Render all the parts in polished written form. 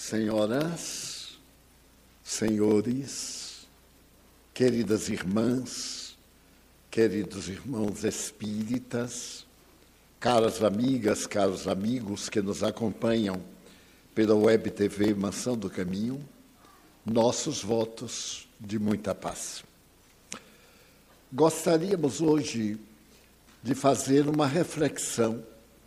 Senhoras, senhores, queridas irmãs, queridos irmãos espíritas, caras amigas, caros amigos que nos acompanham pela Web TV Mansão do Caminho, nossos votos de muita paz. Gostaríamos hoje de fazer uma reflexão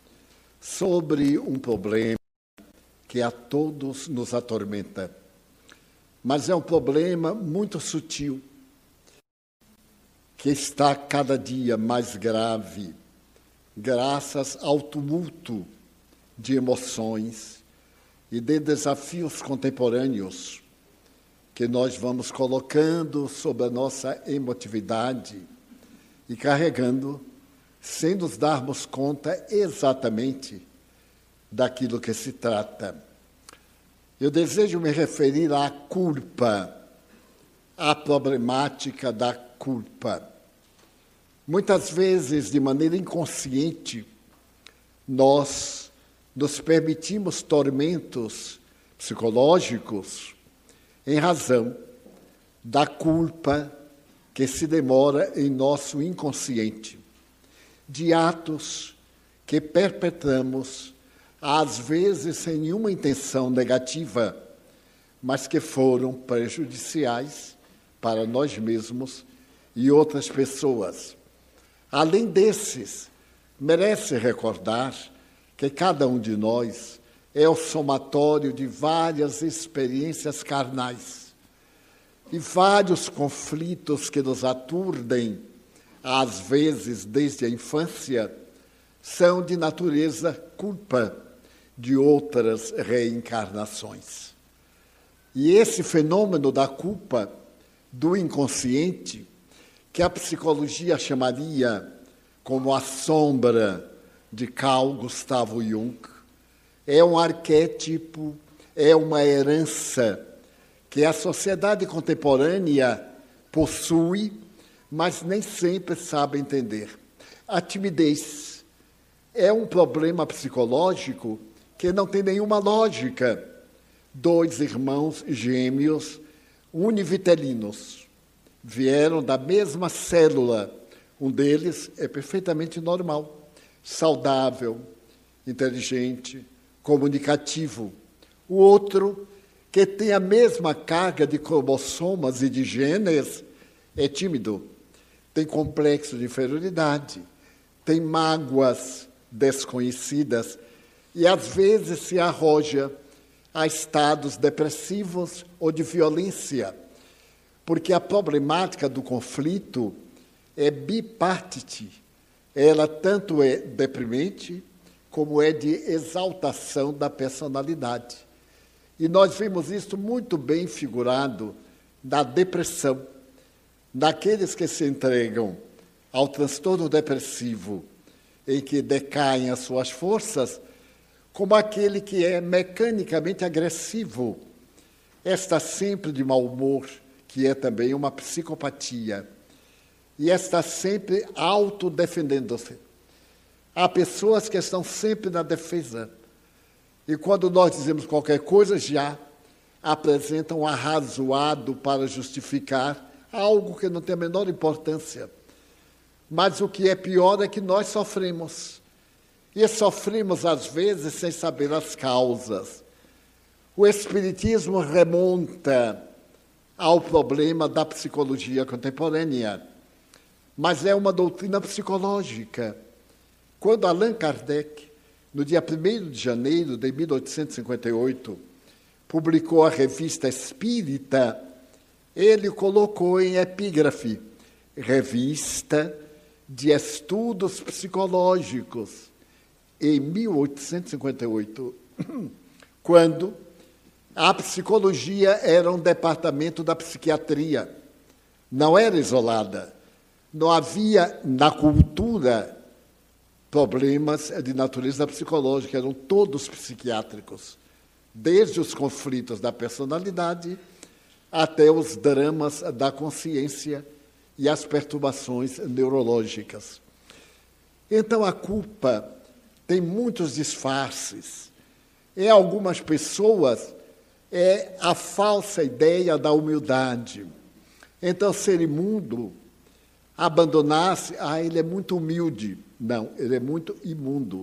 sobre um problema que a todos nos atormenta, mas é um problema muito sutil, que está cada dia mais grave, graças ao tumulto de emoções e de desafios contemporâneos que nós vamos colocando sobre a nossa emotividade e carregando, sem nos darmos conta exatamente daquilo que se trata. Eu desejo me referir à culpa, à problemática da culpa. Muitas vezes, de maneira inconsciente, nós nos permitimos tormentos psicológicos em razão da culpa que se demora em nosso inconsciente, de atos que perpetramos, às vezes sem nenhuma intenção negativa, mas que foram prejudiciais para nós mesmos e outras pessoas. Além desses, merece recordar que cada um de nós é o somatório de várias experiências carnais e vários conflitos que nos aturdem, às vezes desde a infância, são de natureza culpa de outras reencarnações. E esse fenômeno da culpa, do inconsciente, que a psicologia chamaria como a sombra de Carl Gustav Jung, é um arquétipo, é uma herança que a sociedade contemporânea possui, mas nem sempre sabe entender. A timidez é um problema psicológico que não tem nenhuma lógica. Dois irmãos gêmeos univitelinos vieram da mesma célula. Um deles é perfeitamente normal, saudável, inteligente, comunicativo. O outro, que tem a mesma carga de cromossomas e de genes, é tímido, tem complexo de inferioridade, tem mágoas desconhecidas e, às vezes, se arroja a estados depressivos ou de violência, porque a problemática do conflito é bipartite. Ela tanto é deprimente como é de exaltação da personalidade. E nós vemos isso muito bem figurado na depressão, naqueles que se entregam ao transtorno depressivo, em que decaem as suas forças, como aquele que é mecanicamente agressivo, está sempre de mau humor, que é também uma psicopatia, e está sempre autodefendendo-se. Há pessoas que estão sempre na defesa, e quando nós dizemos qualquer coisa, já apresentam um arrazoado para justificar algo que não tem a menor importância. Mas o que é pior é que nós sofremos. E sofremos, às vezes, sem saber as causas. O Espiritismo remonta ao problema da psicologia contemporânea, mas é uma doutrina psicológica. Quando Allan Kardec, no dia 1º de janeiro de 1858, publicou a Revista Espírita, ele colocou em epígrafe, Revista de Estudos Psicológicos, em 1858, quando a psicologia era um departamento da psiquiatria, não era isolada, não havia na cultura problemas de natureza psicológica, eram todos psiquiátricos, desde os conflitos da personalidade até os dramas da consciência e as perturbações neurológicas. Então, a culpa tem muitos disfarces. Em algumas pessoas, é a falsa ideia da humildade. Então, ser imundo, abandonar-se, ele é muito humilde. Não, ele é muito imundo.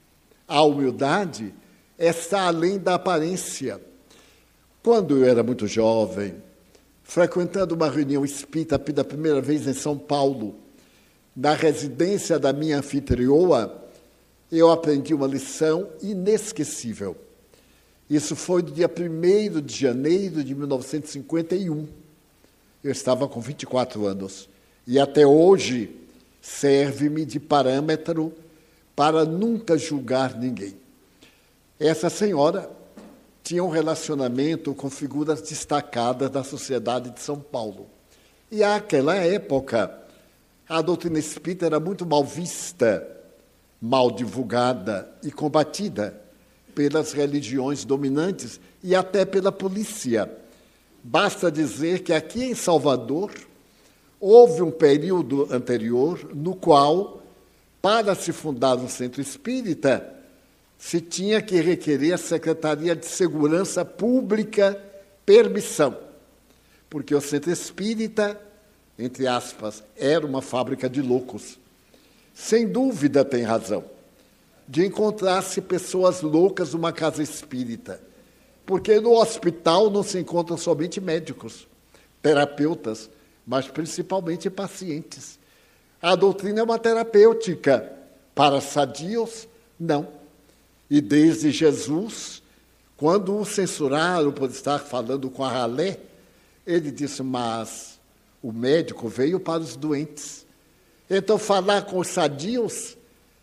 A humildade está além da aparência. Quando eu era muito jovem, frequentando uma reunião espírita pela primeira vez em São Paulo, na residência da minha anfitrioa, eu aprendi uma lição inesquecível. Isso foi no dia 1º de janeiro de 1951. Eu estava com 24 anos. E até hoje serve-me de parâmetro para nunca julgar ninguém. Essa senhora tinha um relacionamento com figuras destacadas da sociedade de São Paulo. E naquela época, a doutrina espírita era muito mal vista, mal divulgada e combatida pelas religiões dominantes e até pela polícia. Basta dizer que aqui em Salvador houve um período anterior no qual, para se fundar um centro espírita, se tinha que requerer à Secretaria de Segurança Pública permissão, porque o centro espírita, entre aspas, era uma fábrica de loucos. Sem dúvida tem razão de encontrar-se pessoas loucas numa casa espírita, porque no hospital não se encontram somente médicos, terapeutas, mas principalmente pacientes. A doutrina é uma terapêutica. Para sadios, não. E desde Jesus, quando o censuraram por estar falando com a ralé, ele disse, mas o médico veio para os doentes. Então, falar com os sadios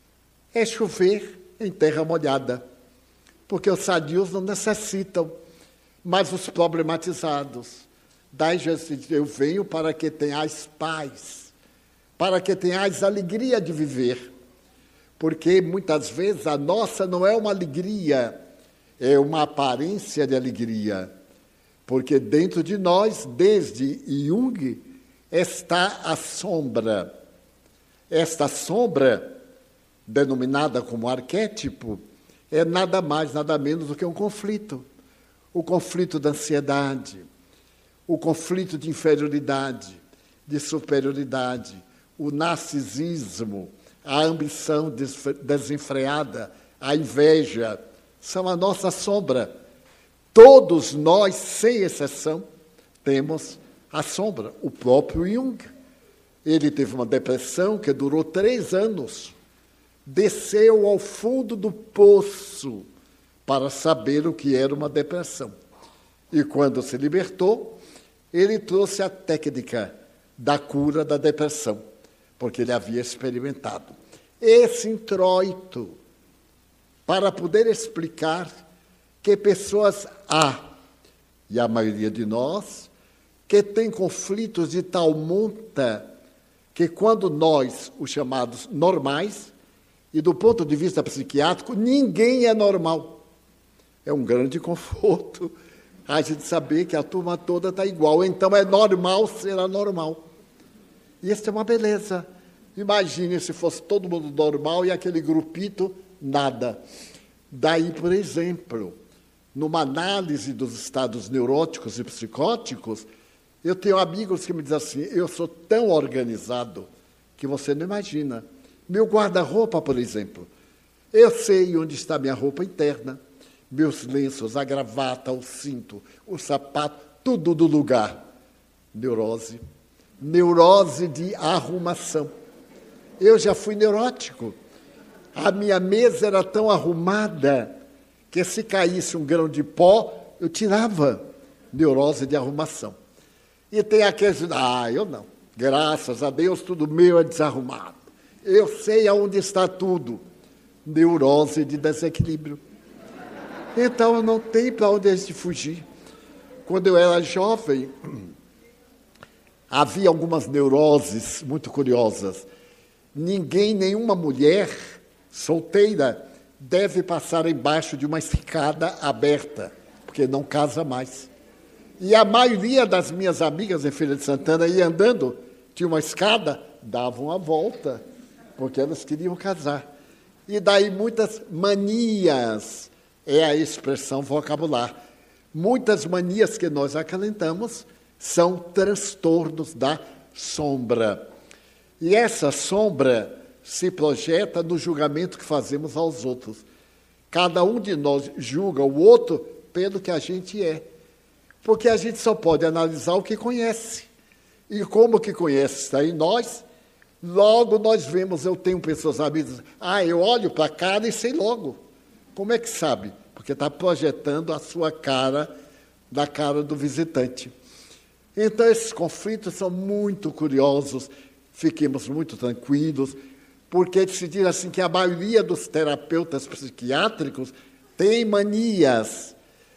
é chover em terra molhada, porque os sadios não necessitam, mas os problematizados. Daí Jesus disse, eu venho para que tenhais paz, para que tenhais alegria de viver, porque muitas vezes a nossa não é uma alegria, é uma aparência de alegria, porque dentro de nós, desde Jung, está a sombra. Esta sombra, denominada como arquétipo, é nada mais, nada menos do que um conflito. O conflito da ansiedade, o conflito de inferioridade, de superioridade, o narcisismo, a ambição desenfreada, a inveja, são a nossa sombra. Todos nós, sem exceção, temos a sombra. O próprio Jung, ele teve uma depressão que durou 3 anos, desceu ao fundo do poço para saber o que era uma depressão. E quando se libertou, ele trouxe a técnica da cura da depressão, porque ele havia experimentado. Esse introito, para poder explicar que pessoas há, e a maioria de nós, que tem conflitos de tal monta que quando nós, os chamados normais, e do ponto de vista psiquiátrico, ninguém é normal. É um grande conforto a gente saber que a turma toda está igual, então é normal ser anormal. E isso é uma beleza. Imagine se fosse todo mundo normal e aquele grupito, nada. Daí, por exemplo, numa análise dos estados neuróticos e psicóticos, eu tenho amigos que me dizem assim, eu sou tão organizado que você não imagina. Meu guarda-roupa, por exemplo, eu sei onde está minha roupa interna, meus lenços, a gravata, o cinto, o sapato, tudo do lugar. Neurose. Neurose de arrumação. Eu já fui neurótico. A minha mesa era tão arrumada que se caísse um grão de pó, eu tirava. Neurose de arrumação. E tem aqueles, eu não. Graças a Deus, tudo meu é desarrumado. Eu sei aonde está tudo. Neurose de desequilíbrio. Então, não tem para onde a gente fugir. Quando eu era jovem, havia algumas neuroses muito curiosas. Ninguém, nenhuma mulher solteira, deve passar embaixo de uma escada aberta, porque não casa mais. E a maioria das minhas amigas em Feira de Santana ia andando, tinha uma escada, davam a volta, porque elas queriam casar. E daí muitas manias, é a expressão vocabular. Muitas manias que nós acalentamos são transtornos da sombra. E essa sombra se projeta no julgamento que fazemos aos outros. Cada um de nós julga o outro pelo que a gente é. Porque a gente só pode analisar o que conhece. E como o que conhece está em nós, logo nós vemos, eu tenho pessoas amigas, eu olho para a cara e sei logo. Como é que sabe? Porque está projetando a sua cara na cara do visitante. Então, esses conflitos são muito curiosos, fiquemos muito tranquilos, porque se diz assim que a maioria dos terapeutas psiquiátricos tem manias.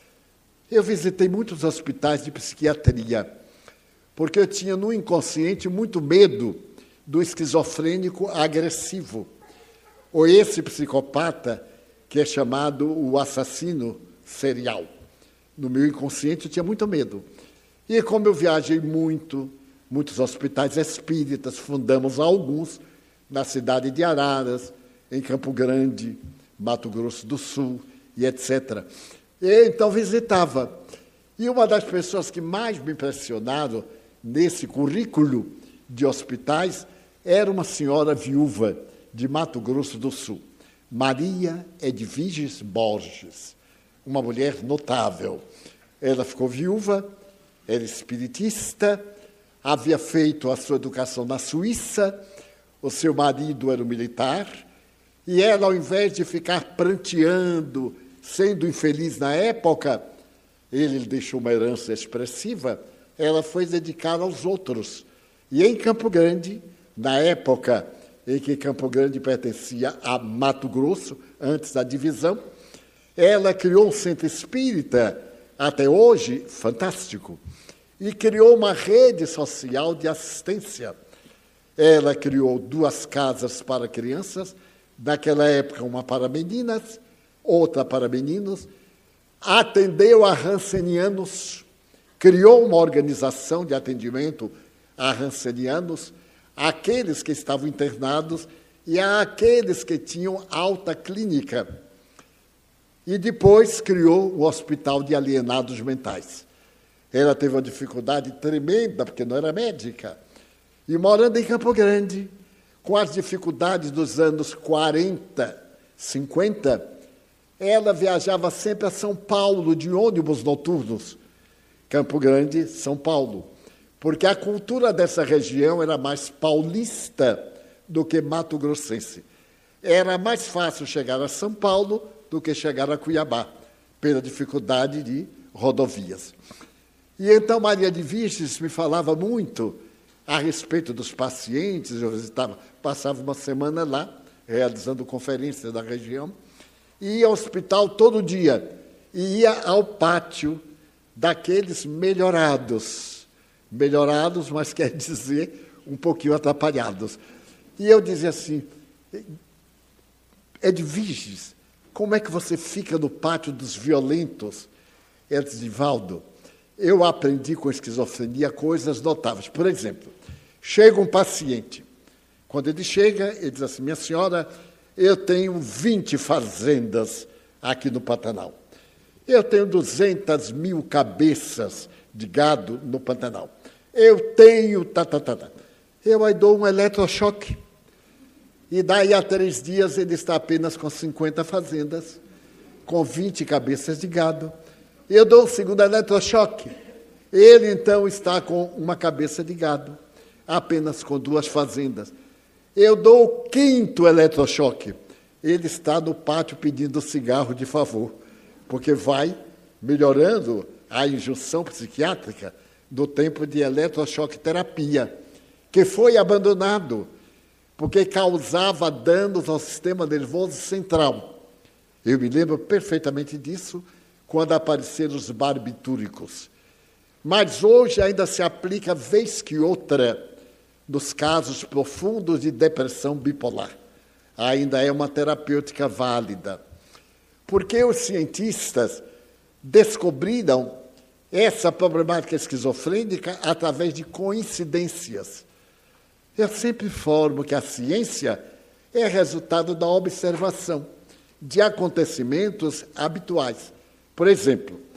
Eu visitei muitos hospitais de psiquiatria, porque eu tinha no inconsciente muito medo do esquizofrênico agressivo, ou esse psicopata que é chamado o assassino serial. No meu inconsciente eu tinha muito medo. E como eu viajei muitos hospitais espíritas, fundamos alguns na cidade de Araras, em Campo Grande, Mato Grosso do Sul, e etc. E então visitava. E uma das pessoas que mais me impressionaram nesse currículo de hospitais era uma senhora viúva de Mato Grosso do Sul, Maria Edviges Borges, uma mulher notável. Ela ficou viúva, era espiritista, havia feito a sua educação na Suíça, o seu marido era um militar, e ela, ao invés de ficar pranteando, sendo infeliz na época, ele lhe deixou uma herança expressiva, ela foi dedicada aos outros. E em Campo Grande, na época em que Campo Grande pertencia a Mato Grosso, antes da divisão, ela criou um centro espírita, até hoje, fantástico, e criou uma rede social de assistência. Ela criou 2 casas para crianças, naquela época uma para meninas, outra para meninos, atendeu a rancenianos, criou uma organização de atendimento a rancenianos, aqueles que estavam internados e aqueles que tinham alta clínica. E depois criou o Hospital de Alienados Mentais. Ela teve uma dificuldade tremenda, porque não era médica. E morando em Campo Grande, com as dificuldades dos anos 40, 50, ela viajava sempre a São Paulo, de ônibus noturnos. Campo Grande, São Paulo. Porque a cultura dessa região era mais paulista do que mato-grossense. Era mais fácil chegar a São Paulo do que chegar a Cuiabá, pela dificuldade de rodovias. E então Maria de Vistes me falava muito a respeito dos pacientes, eu visitava, passava uma semana lá, realizando conferências da região, e ia ao hospital todo dia, e ia ao pátio daqueles melhorados, mas quer dizer um pouquinho atrapalhados. E eu dizia assim, Edviges, como é que você fica no pátio dos violentos? Ela disse, Divaldo, eu aprendi com esquizofrenia coisas notáveis. Por exemplo, chega um paciente. Quando ele chega, ele diz assim, minha senhora, eu tenho 20 fazendas aqui no Pantanal. Eu tenho 200.000 cabeças de gado no Pantanal. Eu tenho... Eu aí dou um eletrochoque. E daí a 3 dias ele está apenas com 50 fazendas, com 20 cabeças de gado. Eu dou o segundo eletrochoque. Ele, então, está com uma cabeça de gado, apenas com 2 fazendas. Eu dou o 5º eletrochoque. Ele está no pátio pedindo cigarro de favor, porque vai melhorando a injunção psiquiátrica do tempo de eletrochoque terapia, que foi abandonado, porque causava danos ao sistema nervoso central. Eu me lembro perfeitamente disso quando apareceram os barbitúricos. Mas hoje ainda se aplica, vez que outra, nos casos profundos de depressão bipolar. Ainda é uma terapêutica válida. Porque os cientistas descobriram essa problemática esquizofrênica através de coincidências. Eu sempre informo que a ciência é resultado da observação de acontecimentos habituais. Por exemplo,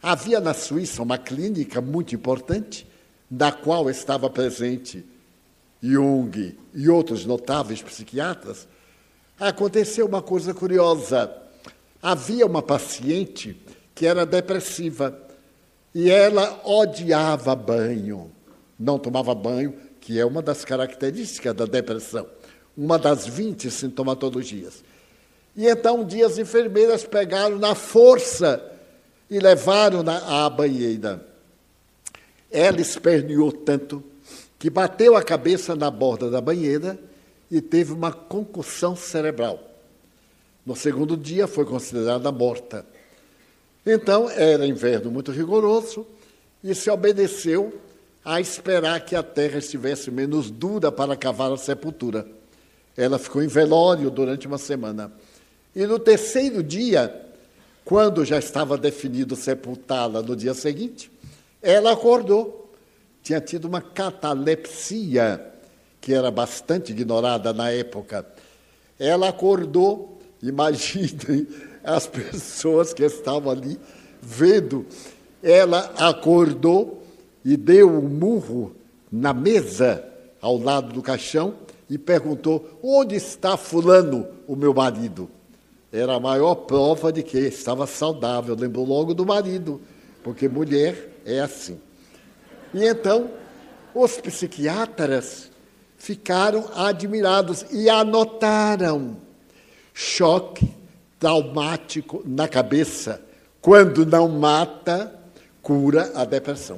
Havia na Suíça uma clínica muito importante, na qual estava presente Jung e outros notáveis psiquiatras. Aconteceu uma coisa curiosa. Havia uma paciente que era depressiva e ela odiava banho, não tomava banho, que é uma das características da depressão, uma das 20 sintomatologias. E então, um dia, as enfermeiras pegaram na força e levaram-na à banheira. Ela esperneou tanto que bateu a cabeça na borda da banheira e teve uma concussão cerebral. No segundo dia, foi considerada morta. Então, era inverno muito rigoroso e se obedeceu a esperar que a terra estivesse menos dura para cavar a sepultura. Ela ficou em velório durante uma semana. E no terceiro dia, quando já estava definido sepultá-la no dia seguinte, ela acordou. Tinha tido uma catalepsia, que era bastante ignorada na época. Ela acordou, imaginem as pessoas que estavam ali vendo. Ela acordou e deu um murro na mesa, ao lado do caixão, e perguntou: onde está fulano, o meu marido? Era a maior prova de que estava saudável. Lembrou logo do marido, porque mulher é assim. E então, os psiquiatras ficaram admirados e anotaram: choque traumático na cabeça, quando não mata, cura a depressão.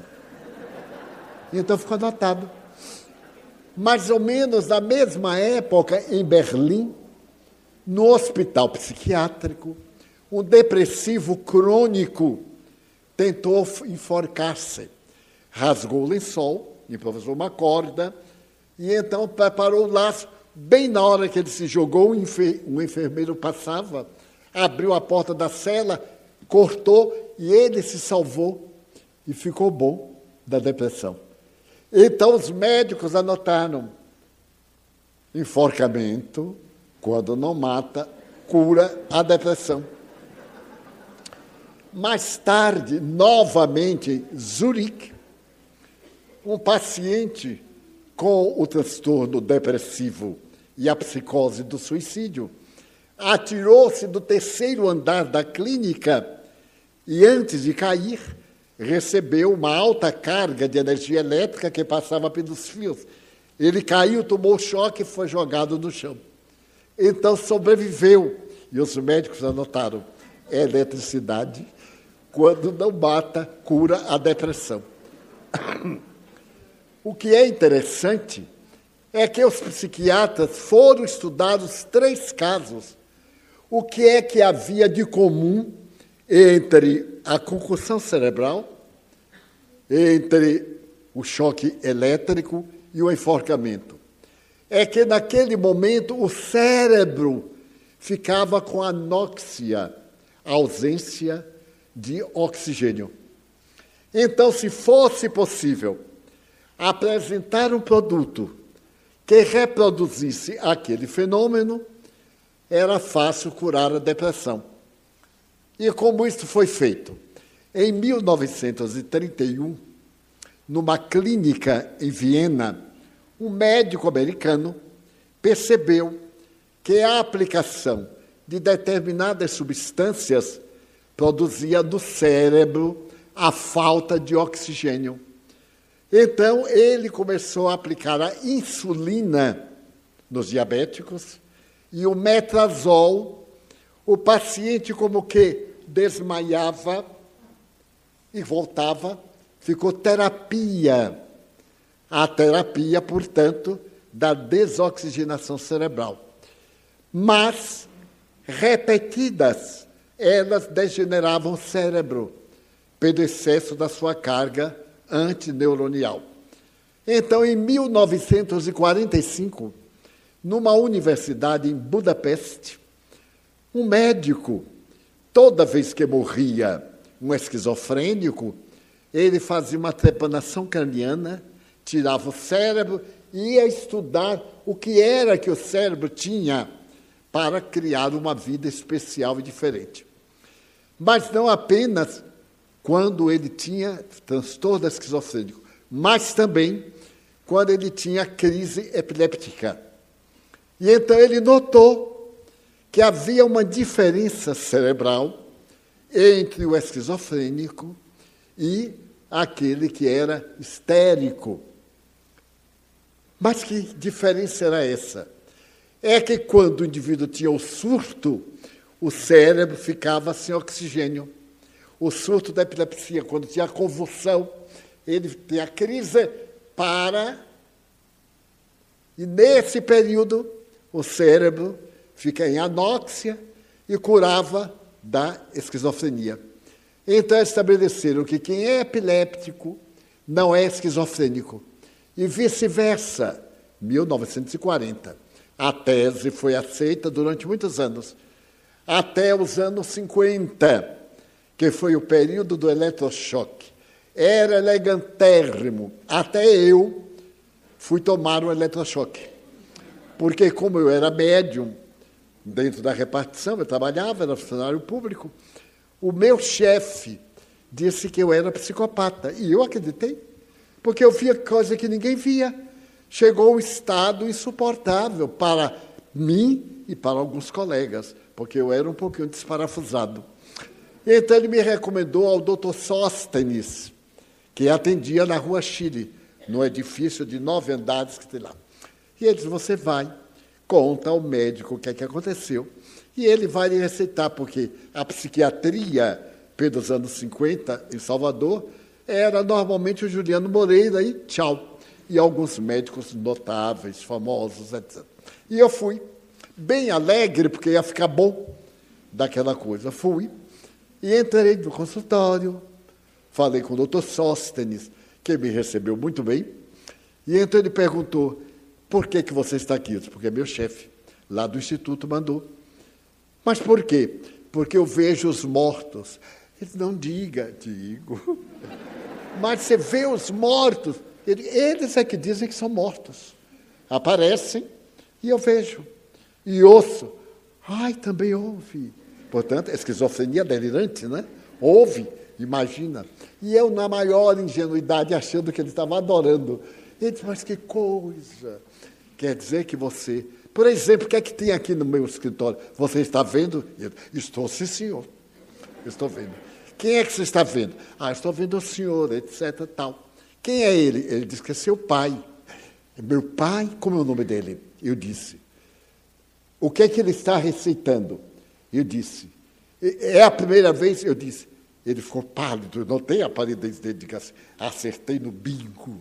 Então ficou anotado. Mais ou menos na mesma época, em Berlim, no hospital psiquiátrico, um depressivo crônico tentou enforcar-se. Rasgou o lençol, improvisou uma corda, e então preparou o laço. Bem na hora que ele se jogou, um enfermeiro passava, abriu a porta da cela, cortou, e ele se salvou e ficou bom da depressão. Então os médicos anotaram: enforcamento, quando não mata, cura a depressão. Mais tarde, novamente, em Zurique, um paciente com o transtorno depressivo e a psicose do suicídio atirou-se do terceiro andar da clínica e, antes de cair, recebeu uma alta carga de energia elétrica que passava pelos fios. Ele caiu, tomou choque e foi jogado no chão. Então sobreviveu. E os médicos anotaram: eletricidade, quando não mata, cura a depressão. O que é interessante é que os psiquiatras foram estudar os 3 casos. O que é que havia de comum entre a concussão cerebral, entre o choque elétrico e o enforcamento? É que, naquele momento, o cérebro ficava com anóxia, ausência de oxigênio. Então, se fosse possível apresentar um produto que reproduzisse aquele fenômeno, era fácil curar a depressão. E como isso foi feito? Em 1931, numa clínica em Viena, um médico americano percebeu que a aplicação de determinadas substâncias produzia no cérebro a falta de oxigênio. Então, ele começou a aplicar a insulina nos diabéticos e o metrazol. O paciente como que desmaiava e voltava, ficou terapia. A terapia, portanto, da desoxigenação cerebral. Mas, repetidas, elas degeneravam o cérebro pelo excesso da sua carga antineuronial. Então, em 1945, numa universidade em Budapeste, um médico, toda vez que morria um esquizofrênico, ele fazia uma trepanação craniana, tirava o cérebro e ia estudar o que era que o cérebro tinha para criar uma vida especial e diferente. Mas não apenas quando ele tinha transtorno esquizofrênico, mas também quando ele tinha crise epiléptica. E então ele notou que havia uma diferença cerebral entre o esquizofrênico e aquele que era histérico. Mas que diferença era essa? É que quando o indivíduo tinha o surto, o cérebro ficava sem oxigênio. O surto da epilepsia, quando tinha a convulsão, ele tem a crise, para, e nesse período o cérebro fica em anóxia e curava da esquizofrenia. Então estabeleceram que quem é epiléptico não é esquizofrênico. E vice-versa, 1940. A tese foi aceita durante muitos anos, até os anos 50, que foi o período do eletrochoque. Era elegantérrimo. Até eu fui tomar um eletrochoque. Porque, como eu era médium, dentro da repartição, eu trabalhava, era funcionário público, o meu chefe disse que eu era psicopata. E eu acreditei, porque eu via coisa que ninguém via. Chegou um estado insuportável para mim e para alguns colegas, porque eu era um pouquinho desparafusado. Então ele me recomendou ao Dr. Sóstenes, que atendia na Rua Chile, no edifício de 9 andares que tem lá. E ele disse, você vai, conta ao médico o que é que aconteceu, e ele vai lhe receitar, porque a psiquiatria, pelos anos 50, em Salvador, era normalmente o Juliano Moreira e tchau. E alguns médicos notáveis, famosos, etc. E eu fui, bem alegre, porque ia ficar bom daquela coisa. Fui e entrei no consultório, falei com o Dr. Sóstenes, que me recebeu muito bem, e então ele perguntou, por que você está aqui? Eu disse, porque meu chefe, lá do Instituto, mandou. Mas por quê? Porque eu vejo os mortos. Ele disse, não diga, digo. Mas você vê os mortos. Eles é que dizem que são mortos. Aparecem e eu vejo. E ouço. Ai, também ouve. Portanto, esquizofrenia delirante, né? Ouve, imagina. E eu, na maior ingenuidade, achando que ele estava adorando. Ele disse, mas que coisa. Quer dizer que você... Por exemplo, o que é que tem aqui no meu escritório? Você está vendo? Eu, estou, sim, senhor. Estou vendo. Quem é que você está vendo? Ah, estou vendo o senhor, etc. Tal. Quem é ele? Ele disse que é seu pai. Meu pai? Como é o nome dele? Eu disse. O que é que ele está receitando? Eu disse. É a primeira vez? Eu disse. Ele ficou pálido, não tem a palidez dele, diga assim, acertei no bingo.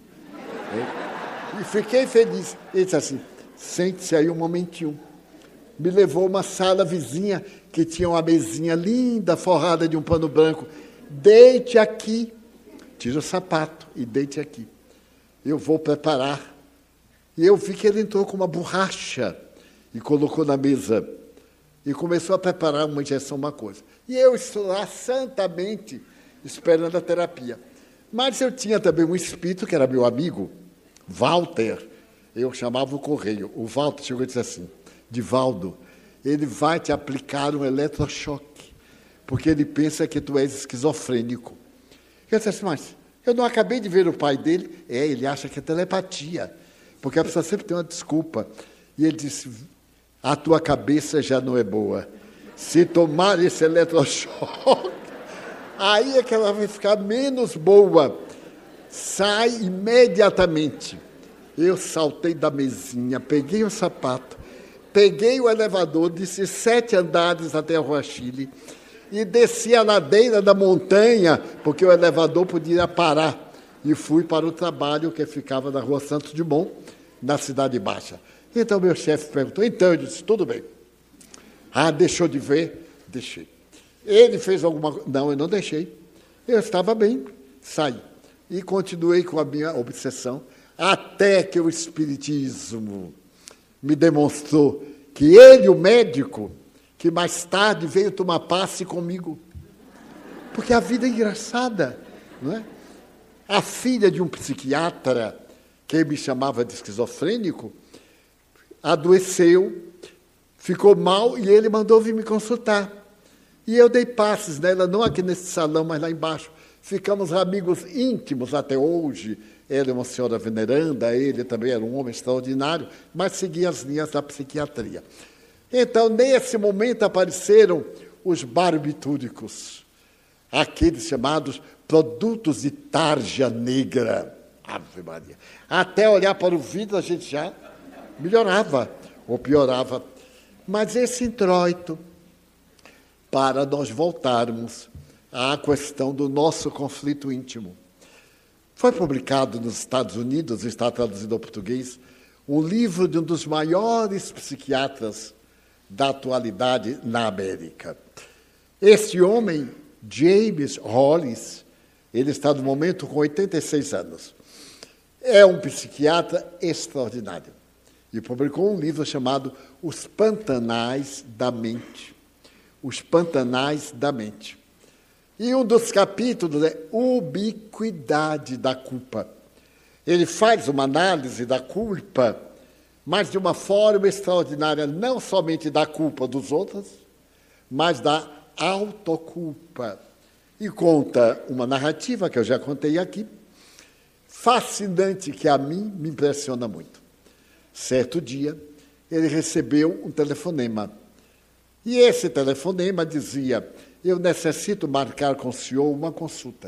E fiquei feliz. Ele disse assim, sente-se aí um momentinho. Me levou a uma sala vizinha, que tinha uma mesinha linda, forrada de um pano branco. Deite aqui. Tira o sapato e deite aqui. Eu vou preparar. E eu vi que ele entrou com uma borracha e colocou na mesa. E começou a preparar uma injeção, uma coisa. E eu estou lá santamente esperando a terapia. Mas eu tinha também um espírito, que era meu amigo, Walter. Eu chamava o Correio. O Walter chegou e disse assim, Divaldo, ele vai te aplicar um eletrochoque, porque ele pensa que tu és esquizofrênico. Eu disse assim, mas eu não acabei de ver o pai dele? Ele acha que é telepatia, porque a pessoa sempre tem uma desculpa. E ele disse, a tua cabeça já não é boa. Se tomar esse eletrochoque, aí é que ela vai ficar menos boa. Sai imediatamente. Eu saltei da mesinha, peguei o sapato, peguei o elevador, desci 7 andares até a Rua Chile, e desci a ladeira da montanha, porque o elevador podia parar. E fui para o trabalho que ficava na Rua Santos Dumont, na Cidade Baixa. Então, meu chefe perguntou, então, eu disse, tudo bem. Ah, deixou de ver? Deixei. Ele fez alguma coisa? Não, eu não deixei. Eu estava bem, saí. E continuei com a minha obsessão, até que o Espiritismo me demonstrou que ele, o médico, que mais tarde veio tomar passe comigo. Porque a vida é engraçada, não é? A filha de um psiquiatra, que me chamava de esquizofrênico, adoeceu, ficou mal e ele mandou vir me consultar. E eu dei passes nela, não aqui nesse salão, mas lá embaixo. ficamos amigos íntimos até hoje. Ela é uma senhora veneranda, ele também era um homem extraordinário, mas seguia as linhas da psiquiatria. Então, nesse momento, apareceram os barbitúricos, aqueles chamados produtos de tarja negra. Ave Maria. Até olhar para o vidro, a gente já melhorava ou piorava. Mas esse introito, para nós voltarmos à questão do nosso conflito íntimo. Foi publicado nos Estados Unidos, está traduzido ao português, um livro de um dos maiores psiquiatras da atualidade na América. Esse homem, James Hollis, ele está no momento com 86 anos. É um psiquiatra extraordinário. E publicou um livro chamado Os Pantanais da Mente. Os Pantanais da Mente. E um dos capítulos é ubiquidade da culpa. Ele faz uma análise da culpa, mas de uma forma extraordinária, não somente da culpa dos outros, mas da autoculpa. E conta uma narrativa que eu já contei aqui, fascinante, que a mim me impressiona muito. Certo dia, ele recebeu um telefonema. E esse telefonema dizia: eu necessito marcar com o senhor uma consulta.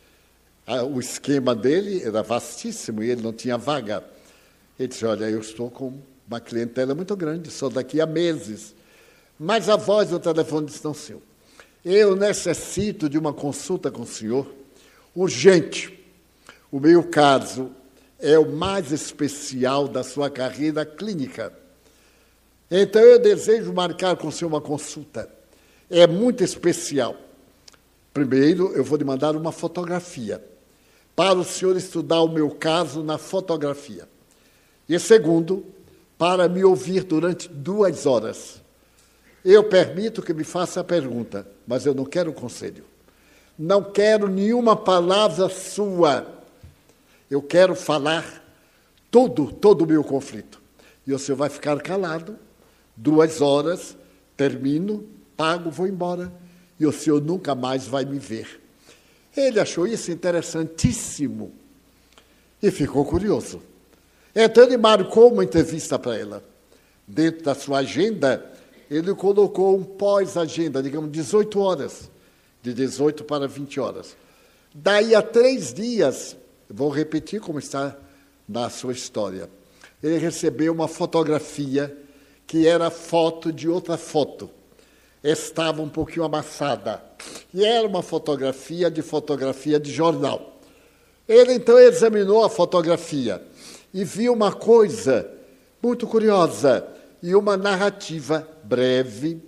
O esquema dele era vastíssimo e ele não tinha vaga. Ele disse: olha, eu estou com uma clientela muito grande, só daqui a meses. Mas a voz do telefone disse: não, senhor, eu necessito de uma consulta com o senhor urgente. O meu caso é o mais especial da sua carreira clínica. Então, eu desejo marcar com o senhor uma consulta. É muito especial. Primeiro, eu vou lhe mandar uma fotografia, para o senhor estudar o meu caso na fotografia. E segundo, para me ouvir durante 2 horas. Eu permito que me faça a pergunta, mas eu não quero conselho. Não quero nenhuma palavra sua. Eu quero falar todo o meu conflito. E o senhor vai ficar calado, 2 horas, termino, pago, vou embora. E o senhor nunca mais vai me ver. Ele achou isso interessantíssimo e ficou curioso. Então, ele marcou uma entrevista para ela. Dentro da sua agenda, ele colocou um pós-agenda, digamos, 18 horas, de 18 para 20 horas. Daí a 3 dias, vou repetir como está na sua história, ele recebeu uma fotografia que era foto de outra foto. Estava um pouquinho amassada. E era uma fotografia de jornal. Ele, então, examinou a fotografia e viu uma coisa muito curiosa e uma narrativa breve,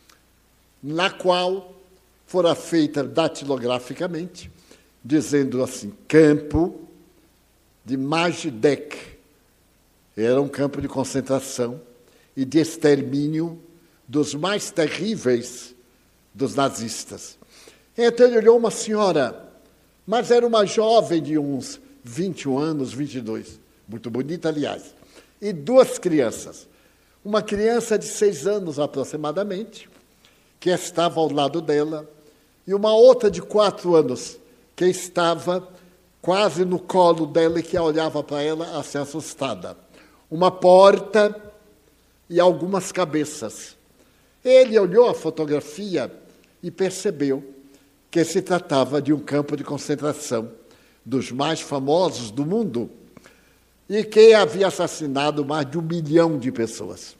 na qual fora feita datilograficamente, dizendo assim: campo de Majdanek. Era um campo de concentração e de extermínio dos mais terríveis dos nazistas. Então ele olhou uma senhora, mas era uma jovem de uns 21 anos, 22, muito bonita, aliás, e 2 crianças. Uma criança de 6 anos aproximadamente, que estava ao lado dela, e uma outra de 4 anos, que estava quase no colo dela e que olhava para ela assim assustada. Uma porta e algumas cabeças. Ele olhou a fotografia e percebeu que se tratava de um campo de concentração dos mais famosos do mundo e que havia assassinado mais de 1 milhão de pessoas.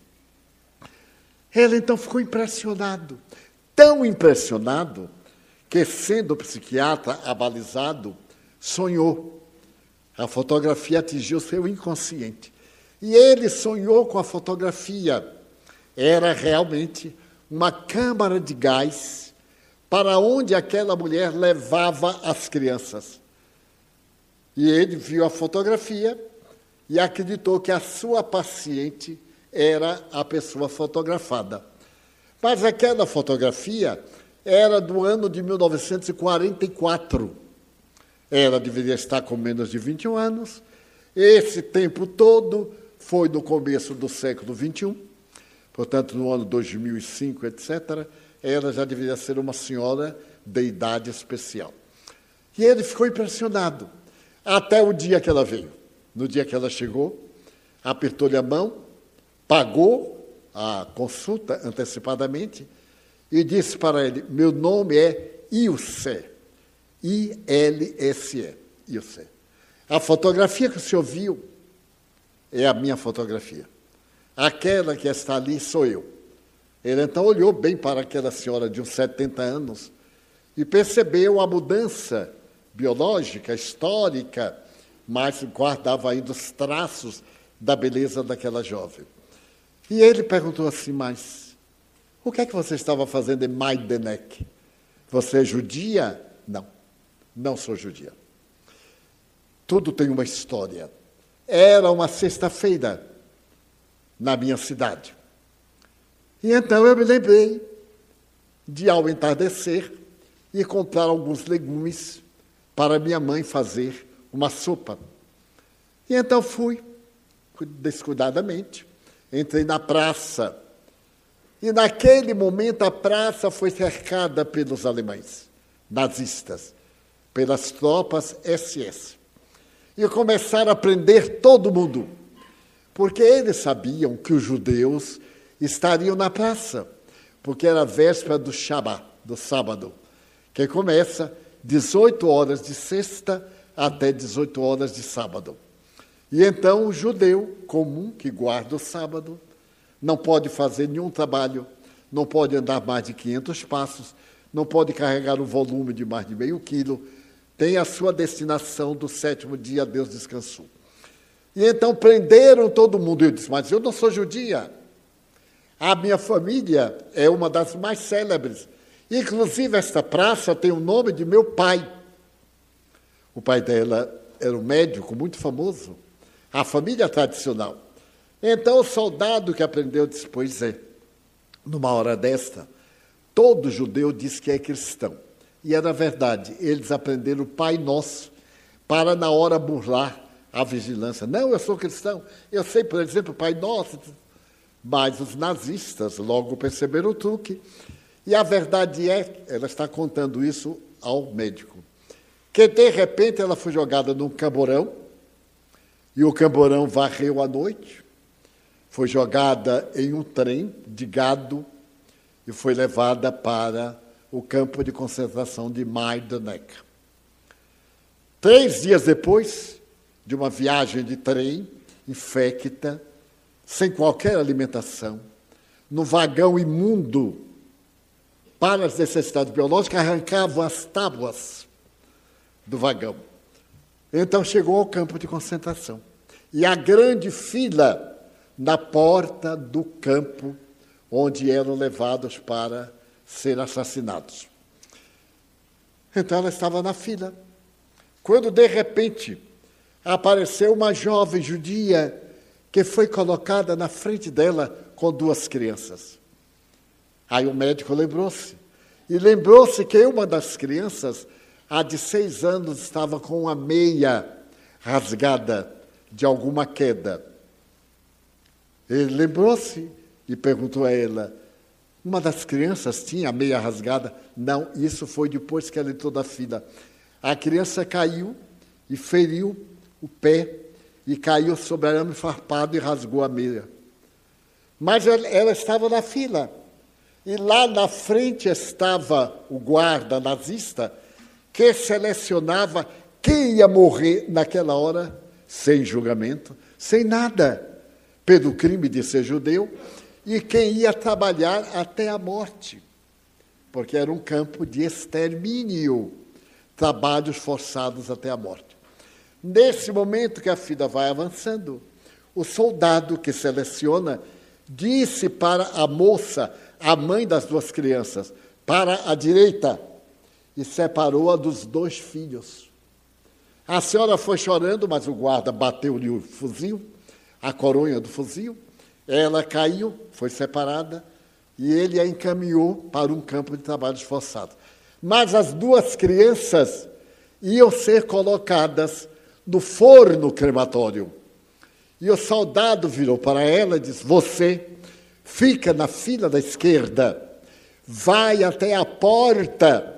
Ele então ficou impressionado, tão impressionado, que, sendo psiquiatra abalizado, sonhou. A fotografia atingiu seu inconsciente. E ele sonhou com a fotografia. Era realmente uma câmara de gás para onde aquela mulher levava as crianças. E ele viu a fotografia e acreditou que a sua paciente era a pessoa fotografada. Mas aquela fotografia era do ano de 1944. Ela deveria estar com menos de 21 anos. Esse tempo todo foi no começo do século XXI, portanto, no ano 2005, etc., ela já deveria ser uma senhora de idade especial. E ele ficou impressionado, até o dia que ela veio. No dia que ela chegou, apertou-lhe a mão, pagou a consulta antecipadamente e disse para ele: meu nome é Ilse, I-L-S-E, Ilse. A fotografia que o senhor viu é a minha fotografia. Aquela que está ali sou eu. Ele então olhou bem para aquela senhora de uns 70 anos e percebeu a mudança biológica, histórica, mas guardava ainda os traços da beleza daquela jovem. E ele perguntou assim: mas o que é que você estava fazendo em Majdanek? Você é judia? Não, não sou judia. Tudo tem uma história. Era uma sexta-feira na minha cidade. E então eu me lembrei de, ao entardecer, ir comprar alguns legumes para minha mãe fazer uma sopa. E então fui, descuidadamente, entrei na praça. E naquele momento a praça foi cercada pelos alemães, nazistas, pelas tropas SS. E começaram a prender todo mundo, porque eles sabiam que os judeus estariam na praça, porque era a véspera do Shabat, do sábado, que começa 18 horas de sexta até 18 horas de sábado. E então o judeu comum, que guarda o sábado, não pode fazer nenhum trabalho, não pode andar mais de 500 passos, não pode carregar um volume de mais de meio quilo, tem a sua destinação do sétimo dia, Deus descansou. E então prenderam todo mundo. Eu disse: mas eu não sou judia. A minha família é uma das mais célebres. Inclusive, esta praça tem o nome de meu pai. O pai dela era um médico muito famoso. A família tradicional. Então, o soldado que aprendeu disse: pois é, numa hora desta, todo judeu diz que é cristão. E era verdade, eles aprenderam o Pai Nosso para, na hora, burlar a vigilância. Não, eu sou cristão, eu sei, por exemplo, o Pai Nosso. Mas os nazistas logo perceberam o truque. E a verdade é, ela está contando isso ao médico, que de repente ela foi jogada num camborão, e o camborão varreu à noite, foi jogada em um trem de gado e foi levada para o campo de concentração de Majdanek. 3 dias depois de uma viagem de trem, infecta, sem qualquer alimentação, no vagão imundo, para as necessidades biológicas, arrancavam as tábuas do vagão. Então chegou ao campo de concentração. E a grande fila na porta do campo, onde eram levados para ser assassinados. Então ela estava na fila, quando de repente apareceu uma jovem judia que foi colocada na frente dela com 2 crianças. Aí o médico lembrou-se, e lembrou-se que uma das crianças, a de 6 anos, estava com uma meia rasgada de alguma queda. Ele lembrou-se e perguntou a ela: uma das crianças tinha a meia rasgada? Não, isso foi depois que ela entrou da fila. A criança caiu e feriu o pé e caiu sobre arame farpado e rasgou a meia. Mas ela estava na fila. E lá na frente estava o guarda nazista que selecionava quem ia morrer naquela hora, sem julgamento, sem nada, pelo crime de ser judeu, e quem ia trabalhar até a morte, porque era um campo de extermínio, trabalhos forçados até a morte. Nesse momento que a fila vai avançando, o soldado que seleciona disse para a moça, a mãe das 2 crianças, para a direita, e separou-a dos 2 filhos. A senhora foi chorando, mas o guarda bateu-lhe o fuzil, a coronha do fuzil, ela caiu, foi separada, e ele a encaminhou para um campo de trabalhos forçados. Mas as 2 crianças iam ser colocadas no forno crematório. E o soldado virou para ela e disse: você fica na fila da esquerda, vai até a porta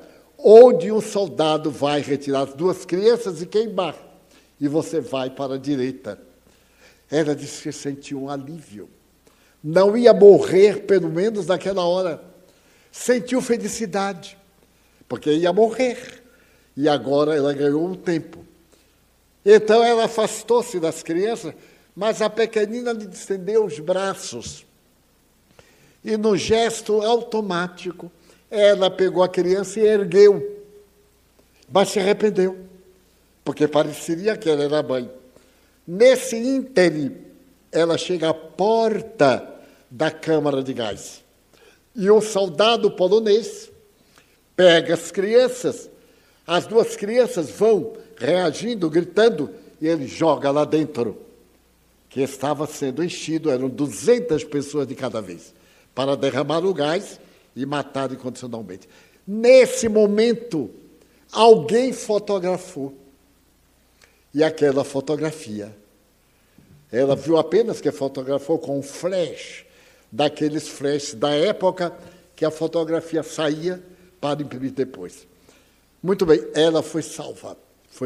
onde um soldado vai retirar as duas crianças e queimar, e você vai para a direita. Ela disse que sentiu um alívio. Não ia morrer, pelo menos naquela hora. Sentiu felicidade, porque ia morrer. E agora ela ganhou um tempo. Então ela afastou-se das crianças, mas a pequenina lhe estendeu os braços. E no gesto automático, ela pegou a criança e ergueu. Mas se arrependeu, porque pareceria que ela era mãe. Nesse ínterim, ela chega à porta da câmara de gás. E um soldado polonês pega as duas crianças vão reagindo, gritando, e ele joga lá dentro, que estava sendo enchido, eram 200 pessoas de cada vez, para derramar o gás e matar incondicionalmente. Nesse momento, alguém fotografou. E aquela fotografia, ela viu apenas que fotografou com um flash, daqueles flashes da época que a fotografia saía para imprimir depois. Muito bem, ela foi salva,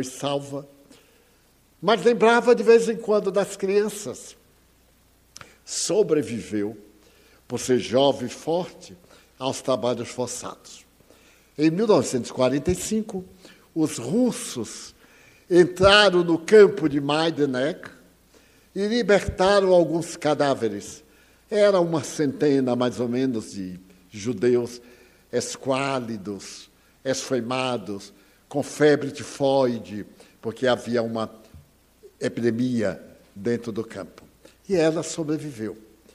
mas lembrava de vez em quando das crianças. Sobreviveu, por ser jovem e forte, aos trabalhos forçados. Em 1945, os russos entraram no campo de Majdanek e libertaram alguns cadáveres. Era uma centena, mais ou menos, de judeus esquálidos, esfoimados, com febre tifoide, porque havia uma epidemia dentro do campo. E ela sobreviveu.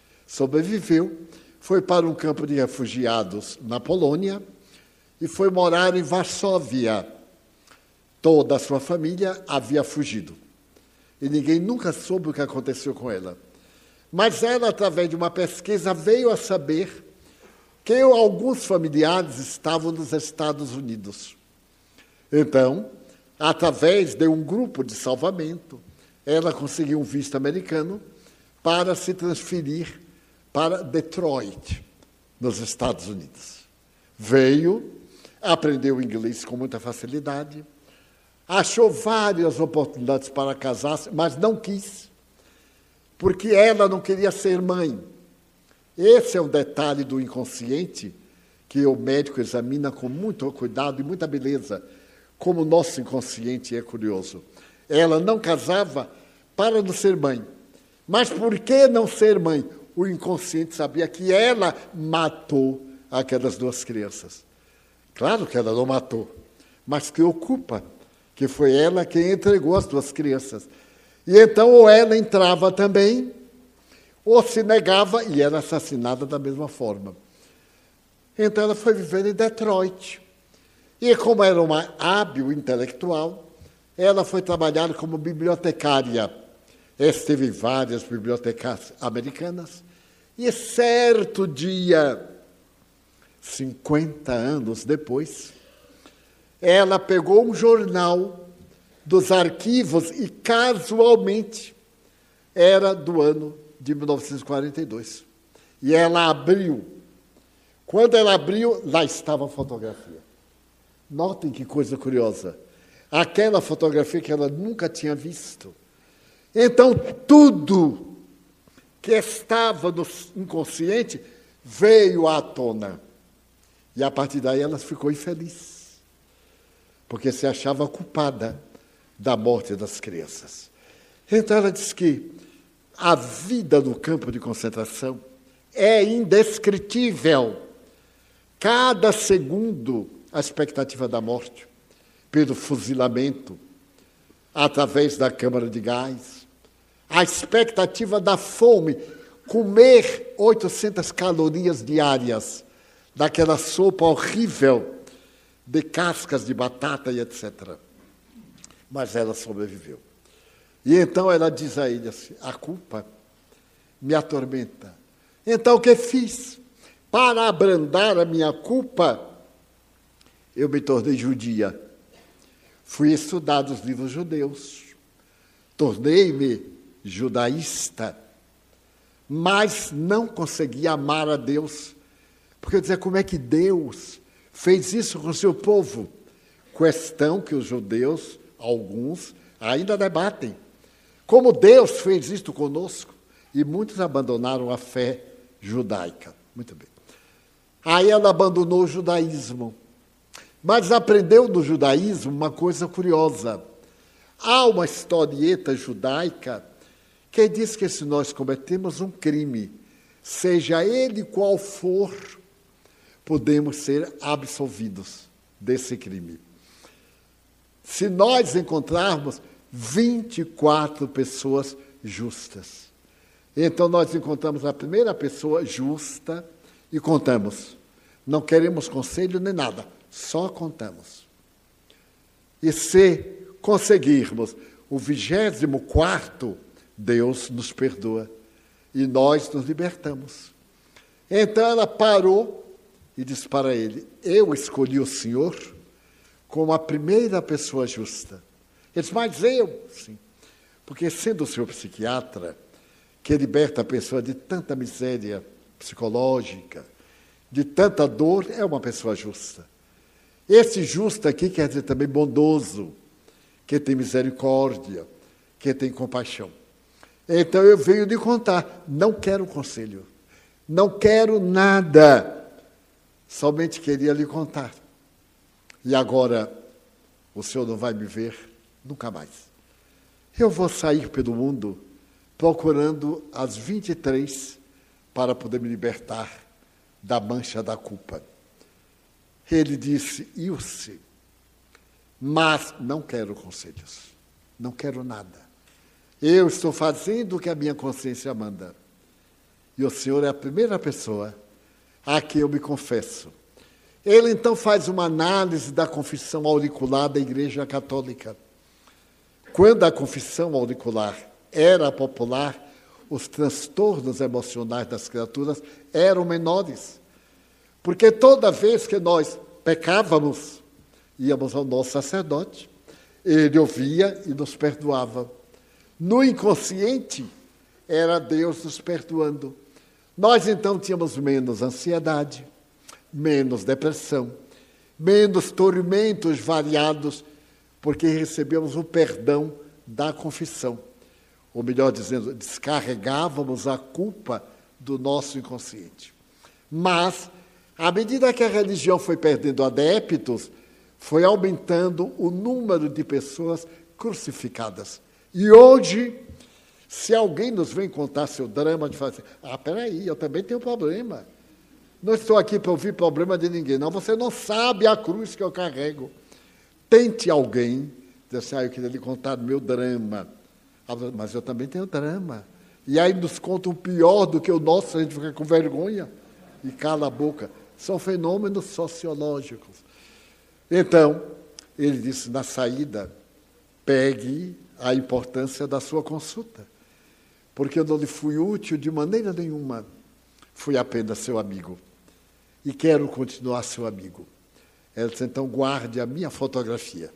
Foi para um campo de refugiados na Polônia e foi morar em Varsóvia. Toda a sua família havia fugido. E ninguém nunca soube o que aconteceu com ela. Mas ela, através de uma pesquisa, veio a saber que alguns familiares estavam nos Estados Unidos. Então, através de um grupo de salvamento, ela conseguiu um visto americano para se transferir para Detroit, nos Estados Unidos. Veio, aprendeu inglês com muita facilidade, achou várias oportunidades para casar-se, mas não quis, porque ela não queria ser mãe. Esse é um detalhe do inconsciente que o médico examina com muito cuidado e muita beleza, como o nosso inconsciente é curioso. Ela não casava para não ser mãe. Mas por que não ser mãe? O inconsciente sabia que ela matou aquelas duas crianças. Claro que ela não matou, mas que ocupa, que foi ela quem entregou as duas crianças. E então ou ela entrava também, ou se negava e era assassinada da mesma forma. Então ela foi viver em Detroit. E como era uma hábil intelectual, ela foi trabalhar como bibliotecária. Esteve em várias bibliotecas americanas. E certo dia, 50 anos depois, ela pegou um jornal dos arquivos e, casualmente, era do ano de 1942. E ela abriu. Quando ela abriu, lá estava a fotografia. Notem que coisa curiosa. Aquela fotografia que ela nunca tinha visto. Então, tudo que estava no inconsciente veio à tona. E, a partir daí, ela ficou infeliz, porque se achava culpada da morte das crianças. Então, ela diz que a vida no campo de concentração é indescritível. Cada segundo, a expectativa da morte, pelo fuzilamento, através da câmara de gás, a expectativa da fome, comer 800 calorias diárias, daquela sopa horrível de cascas de batata e etc. Mas ela sobreviveu. E então ela diz a ele assim, a culpa me atormenta. Então o que fiz? Para abrandar a minha culpa, eu me tornei judia. Fui estudar os livros judeus. Tornei-me judaísta. Mas não consegui amar a Deus. Porque eu dizia, como é que Deus Fez isso com o seu povo. Questão que os judeus, alguns, ainda debatem. Como Deus fez isto conosco? E muitos abandonaram a fé judaica. Muito bem. Aí ela abandonou o judaísmo. Mas aprendeu do judaísmo uma coisa curiosa. Há uma historieta judaica que diz que se nós cometemos um crime, seja ele qual for, podemos ser absolvidos desse crime. Se nós encontrarmos 24 pessoas justas, então nós encontramos a primeira pessoa justa e contamos. Não queremos conselho nem nada, só contamos. E se conseguirmos o 24º, Deus nos perdoa e nós nos libertamos. Então ela parou e disse para ele: eu escolhi o Senhor como a primeira pessoa justa. Ele disse: mas eu? Sim. Porque sendo o Senhor psiquiatra, que liberta a pessoa de tanta miséria psicológica, de tanta dor, é uma pessoa justa. Esse justo aqui quer dizer também bondoso, que tem misericórdia, que tem compaixão. Então eu venho lhe contar, não quero conselho, não quero nada, somente queria lhe contar. E agora o senhor não vai me ver nunca mais. Eu vou sair pelo mundo procurando as 23 para poder me libertar da mancha da culpa. Ele disse: Ilse, mas não quero conselhos, não quero nada. Eu estou fazendo o que a minha consciência manda. E o Senhor é a primeira pessoa a quem eu me confesso. Ele então faz uma análise da confissão auricular da Igreja Católica. Quando a confissão auricular era popular, os transtornos emocionais das criaturas eram menores. Porque toda vez que nós pecávamos, íamos ao nosso sacerdote, ele ouvia e nos perdoava. No inconsciente, era Deus nos perdoando. Nós, então, tínhamos menos ansiedade, menos depressão, menos tormentos variados, porque recebemos o perdão da confissão. Ou melhor dizendo, descarregávamos a culpa do nosso inconsciente. Mas, à medida que a religião foi perdendo adeptos, foi aumentando o número de pessoas crucificadas. E hoje, se alguém nos vem contar seu drama, de fazer, peraí, eu também tenho problema. Não estou aqui para ouvir problema de ninguém. Não, você não sabe a cruz que eu carrego. Tente alguém dizer assim: eu queria lhe contar meu drama. Mas eu também tenho drama. E aí nos contam pior do que o nosso, a gente fica com vergonha e cala a boca. São fenômenos sociológicos. Então, ele disse, na saída, pegue a importância da sua consulta, porque eu não lhe fui útil de maneira nenhuma, fui apenas seu amigo, e quero continuar seu amigo. Ela disse: então guarde a minha fotografia,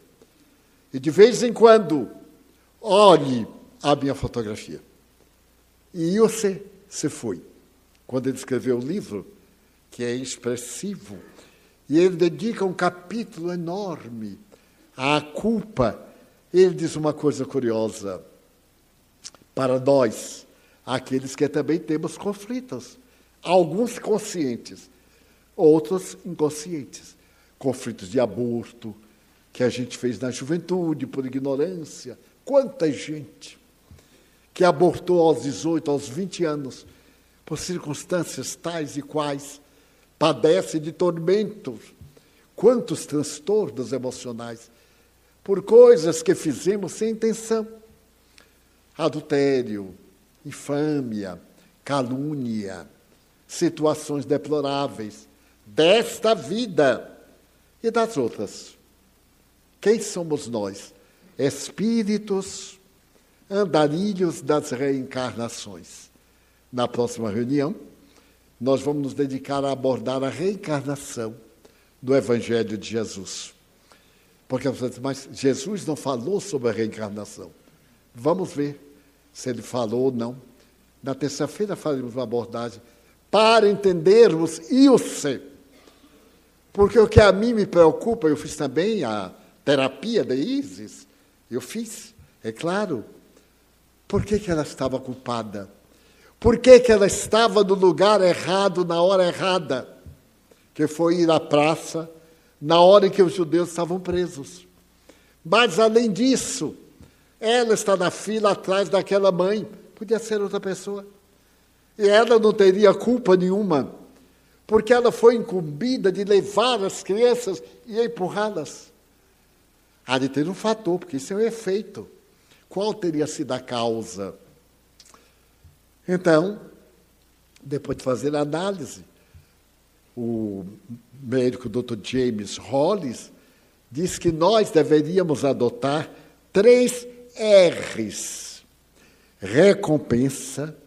e de vez em quando, olhe a minha fotografia. E você se foi. Quando ele escreveu o livro, que é expressivo, e ele dedica um capítulo enorme à culpa, ele diz uma coisa curiosa para nós, aqueles que também temos conflitos, alguns conscientes, outros inconscientes. Conflitos de aborto, que a gente fez na juventude, por ignorância. Quanta gente que abortou aos 18, aos 20 anos, por circunstâncias tais e quais, padece de tormentos. Quantos transtornos emocionais, por coisas que fizemos sem intenção. Adultério, infâmia, calúnia, situações deploráveis desta vida e das outras. Quem somos nós? Espíritos andarilhos das reencarnações. Na próxima reunião, nós vamos nos dedicar a abordar a reencarnação do Evangelho de Jesus. Porque você diz: mas Jesus não falou sobre a reencarnação. Vamos ver se ele falou ou não. Na terça-feira faremos uma abordagem para entendermos isso. Porque o que a mim me preocupa, eu fiz também a terapia da Isis, eu fiz, é claro. Por que ela estava culpada? Por que ela estava no lugar errado, na hora errada? Que foi ir à praça, na hora em que os judeus estavam presos. Mas, além disso, ela está na fila atrás daquela mãe. Podia ser outra pessoa. E ela não teria culpa nenhuma, porque ela foi incumbida de levar as crianças e empurrá-las. Há de ter um fator, porque isso é um efeito. Qual teria sido a causa? Então, depois de fazer a análise, o médico Dr. James Hollis diz que nós deveríamos adotar 3 R's: recompensa,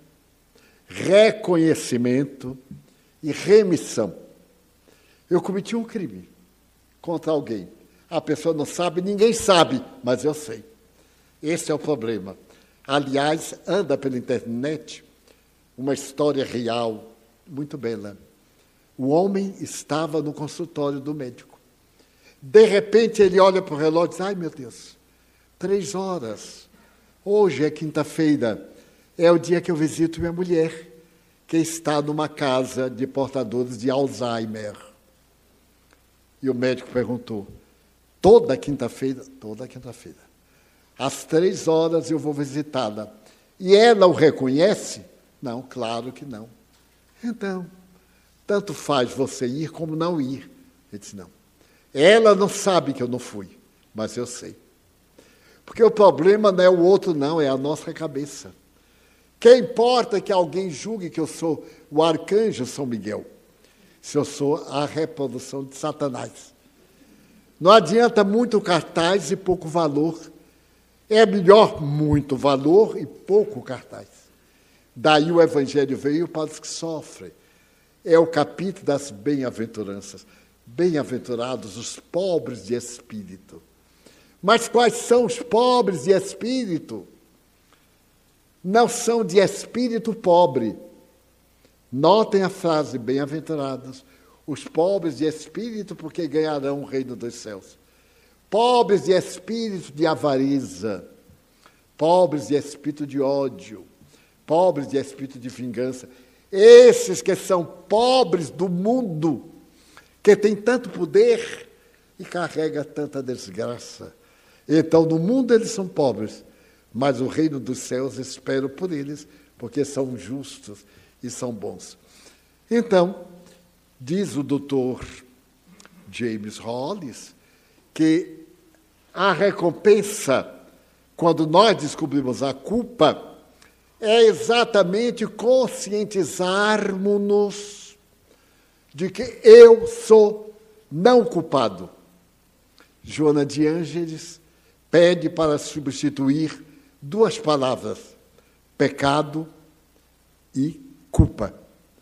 reconhecimento e remissão. Eu cometi um crime contra alguém. A pessoa não sabe, ninguém sabe, mas eu sei. Esse é o problema. Aliás, anda pela internet uma história real, muito bela. O homem estava no consultório do médico. De repente, ele olha para o relógio e diz: ai, meu Deus, 3 horas. Hoje é quinta-feira. É o dia que eu visito minha mulher, que está numa casa de portadores de Alzheimer. E o médico perguntou: toda quinta-feira? Toda quinta-feira. Às 3 horas eu vou visitá-la. E ela o reconhece? Não, claro que não. Então, tanto faz você ir como não ir. Ele disse: não. Ela não sabe que eu não fui, mas eu sei. Porque o problema não é o outro, não, é a nossa cabeça. Que importa que alguém julgue que eu sou o arcanjo São Miguel, se eu sou a reprodução de Satanás. Não adianta muito cartaz e pouco valor. É melhor muito valor e pouco cartaz. Daí o Evangelho veio para os que sofrem. É o capítulo das bem-aventuranças. Bem-aventurados os pobres de espírito. Mas quais são os pobres de espírito? Não são de espírito pobre. Notem a frase: bem-aventurados os pobres de espírito, porque ganharão o reino dos céus. Pobres de espírito de avareza, pobres de espírito de ódio, pobres de espírito de vingança. Esses que são pobres do mundo, que tem tanto poder e carrega tanta desgraça. Então, no mundo eles são pobres, mas o reino dos céus espero por eles, porque são justos e são bons. Então, diz o doutor James Hollis que a recompensa, quando nós descobrimos a culpa, é exatamente conscientizarmos-nos de que eu sou não culpado. Joana de Ângeles pede para substituir 2 palavras: pecado e culpa.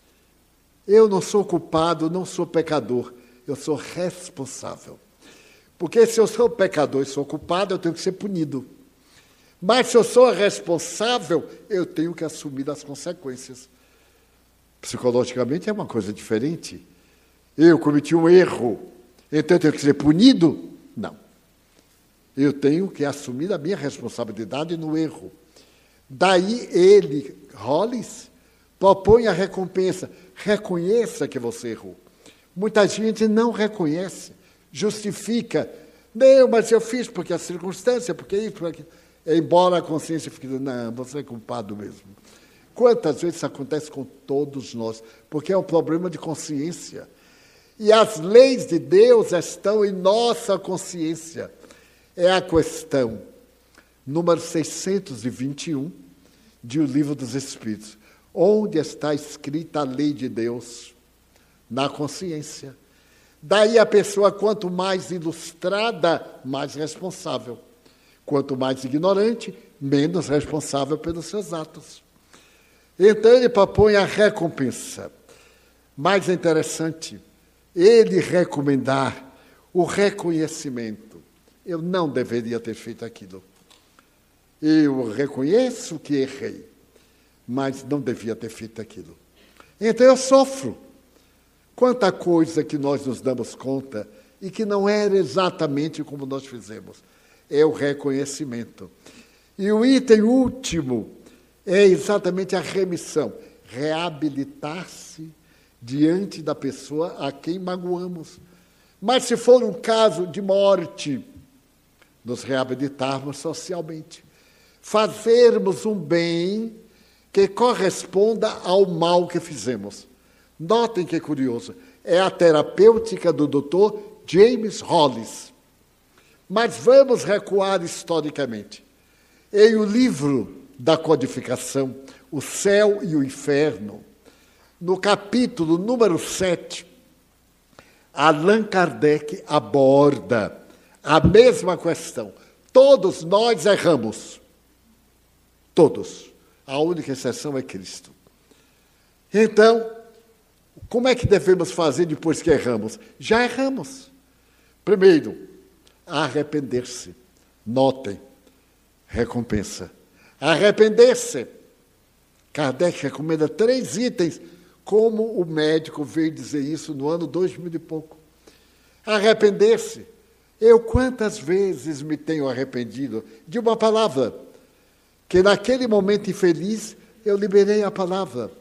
Eu não sou culpado, não sou pecador, eu sou responsável. Porque se eu sou pecador e sou culpado, eu tenho que ser punido. Mas se eu sou responsável, eu tenho que assumir as consequências. Psicologicamente é uma coisa diferente. Eu cometi um erro, então eu tenho que ser punido? Não. Eu tenho que assumir a minha responsabilidade no erro. Daí ele, Hollis, propõe a recompensa. Reconheça que você errou. Muita gente não reconhece, justifica. Não, mas eu fiz porque a circunstância, porque isso, porque aquilo. Embora a consciência fique dizendo: não, você é culpado mesmo. Quantas vezes isso acontece com todos nós? Porque é um problema de consciência. E as leis de Deus estão em nossa consciência. É a questão número 621 de O Livro dos Espíritos. Onde está escrita a lei de Deus? Na consciência. Daí a pessoa, quanto mais ilustrada, mais responsável. Quanto mais ignorante, menos responsável pelos seus atos. Então ele propõe a recompensa. Mais interessante, ele recomendar o reconhecimento. Eu não deveria ter feito aquilo. Eu reconheço que errei, mas não devia ter feito aquilo. Então eu sofro. Quanta coisa que nós nos damos conta e que não era exatamente como nós fizemos. É o reconhecimento. E o item último é exatamente a remissão. Reabilitar-se diante da pessoa a quem magoamos. Mas se for um caso de morte, nos reabilitarmos socialmente. Fazermos um bem que corresponda ao mal que fizemos. Notem que curioso. É a terapêutica do Dr. James Hollis. Mas vamos recuar historicamente. Em o livro da codificação, O Céu e o Inferno, no capítulo número 7, Allan Kardec aborda a mesma questão. Todos nós erramos. Todos. A única exceção é Cristo. Então, como é que devemos fazer depois que erramos? Já erramos. Primeiro, arrepender-se. Notem, recompensa. Arrepender-se. Kardec recomenda 3 itens, como o médico veio dizer isso no ano 2000 e pouco. Arrepender-se. Eu quantas vezes me tenho arrependido de uma palavra, que naquele momento infeliz eu liberei a palavra.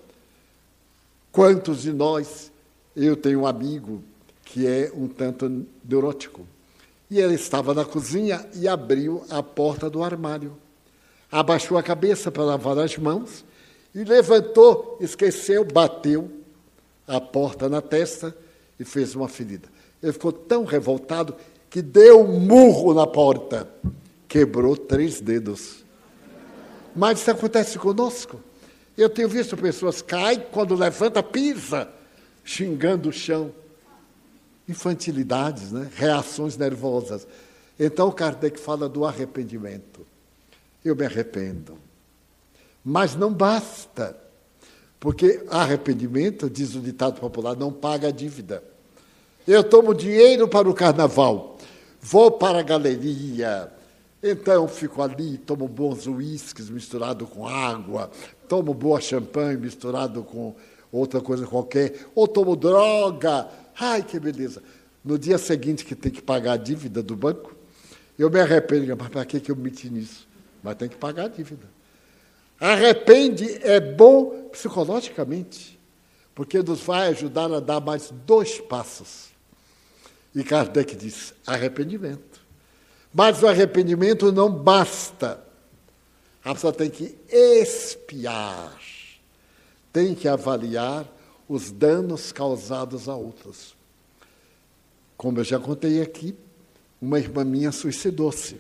Quantos de nós, eu tenho um amigo que é um tanto neurótico, e ele estava na cozinha e abriu a porta do armário. Abaixou a cabeça para lavar as mãos e levantou, esqueceu, bateu a porta na testa e fez uma ferida. Ele ficou tão revoltado que deu um murro na porta, quebrou 3 dedos. Mas isso acontece conosco. Eu tenho visto pessoas caem, quando levanta, pisa, xingando o chão. Infantilidades, né? Reações nervosas. Então, Kardec fala do arrependimento. Eu me arrependo. Mas não basta, porque arrependimento, diz o ditado popular, não paga a dívida. Eu tomo dinheiro para o carnaval, vou para a galeria, então fico ali, tomo bons uísques misturado com água, tomo boa champanhe misturado com outra coisa qualquer, ou tomo droga. Ai, que beleza. No dia seguinte que tem que pagar a dívida do banco, eu me arrependo, mas para que eu me meti nisso? Mas tem que pagar a dívida. Arrepende é bom psicologicamente, porque nos vai ajudar a dar mais 2 passos. E Kardec diz, arrependimento. Mas o arrependimento não basta. A pessoa tem que expiar, tem que avaliar os danos causados a outros. Como eu já contei aqui, uma irmã minha suicidou-se.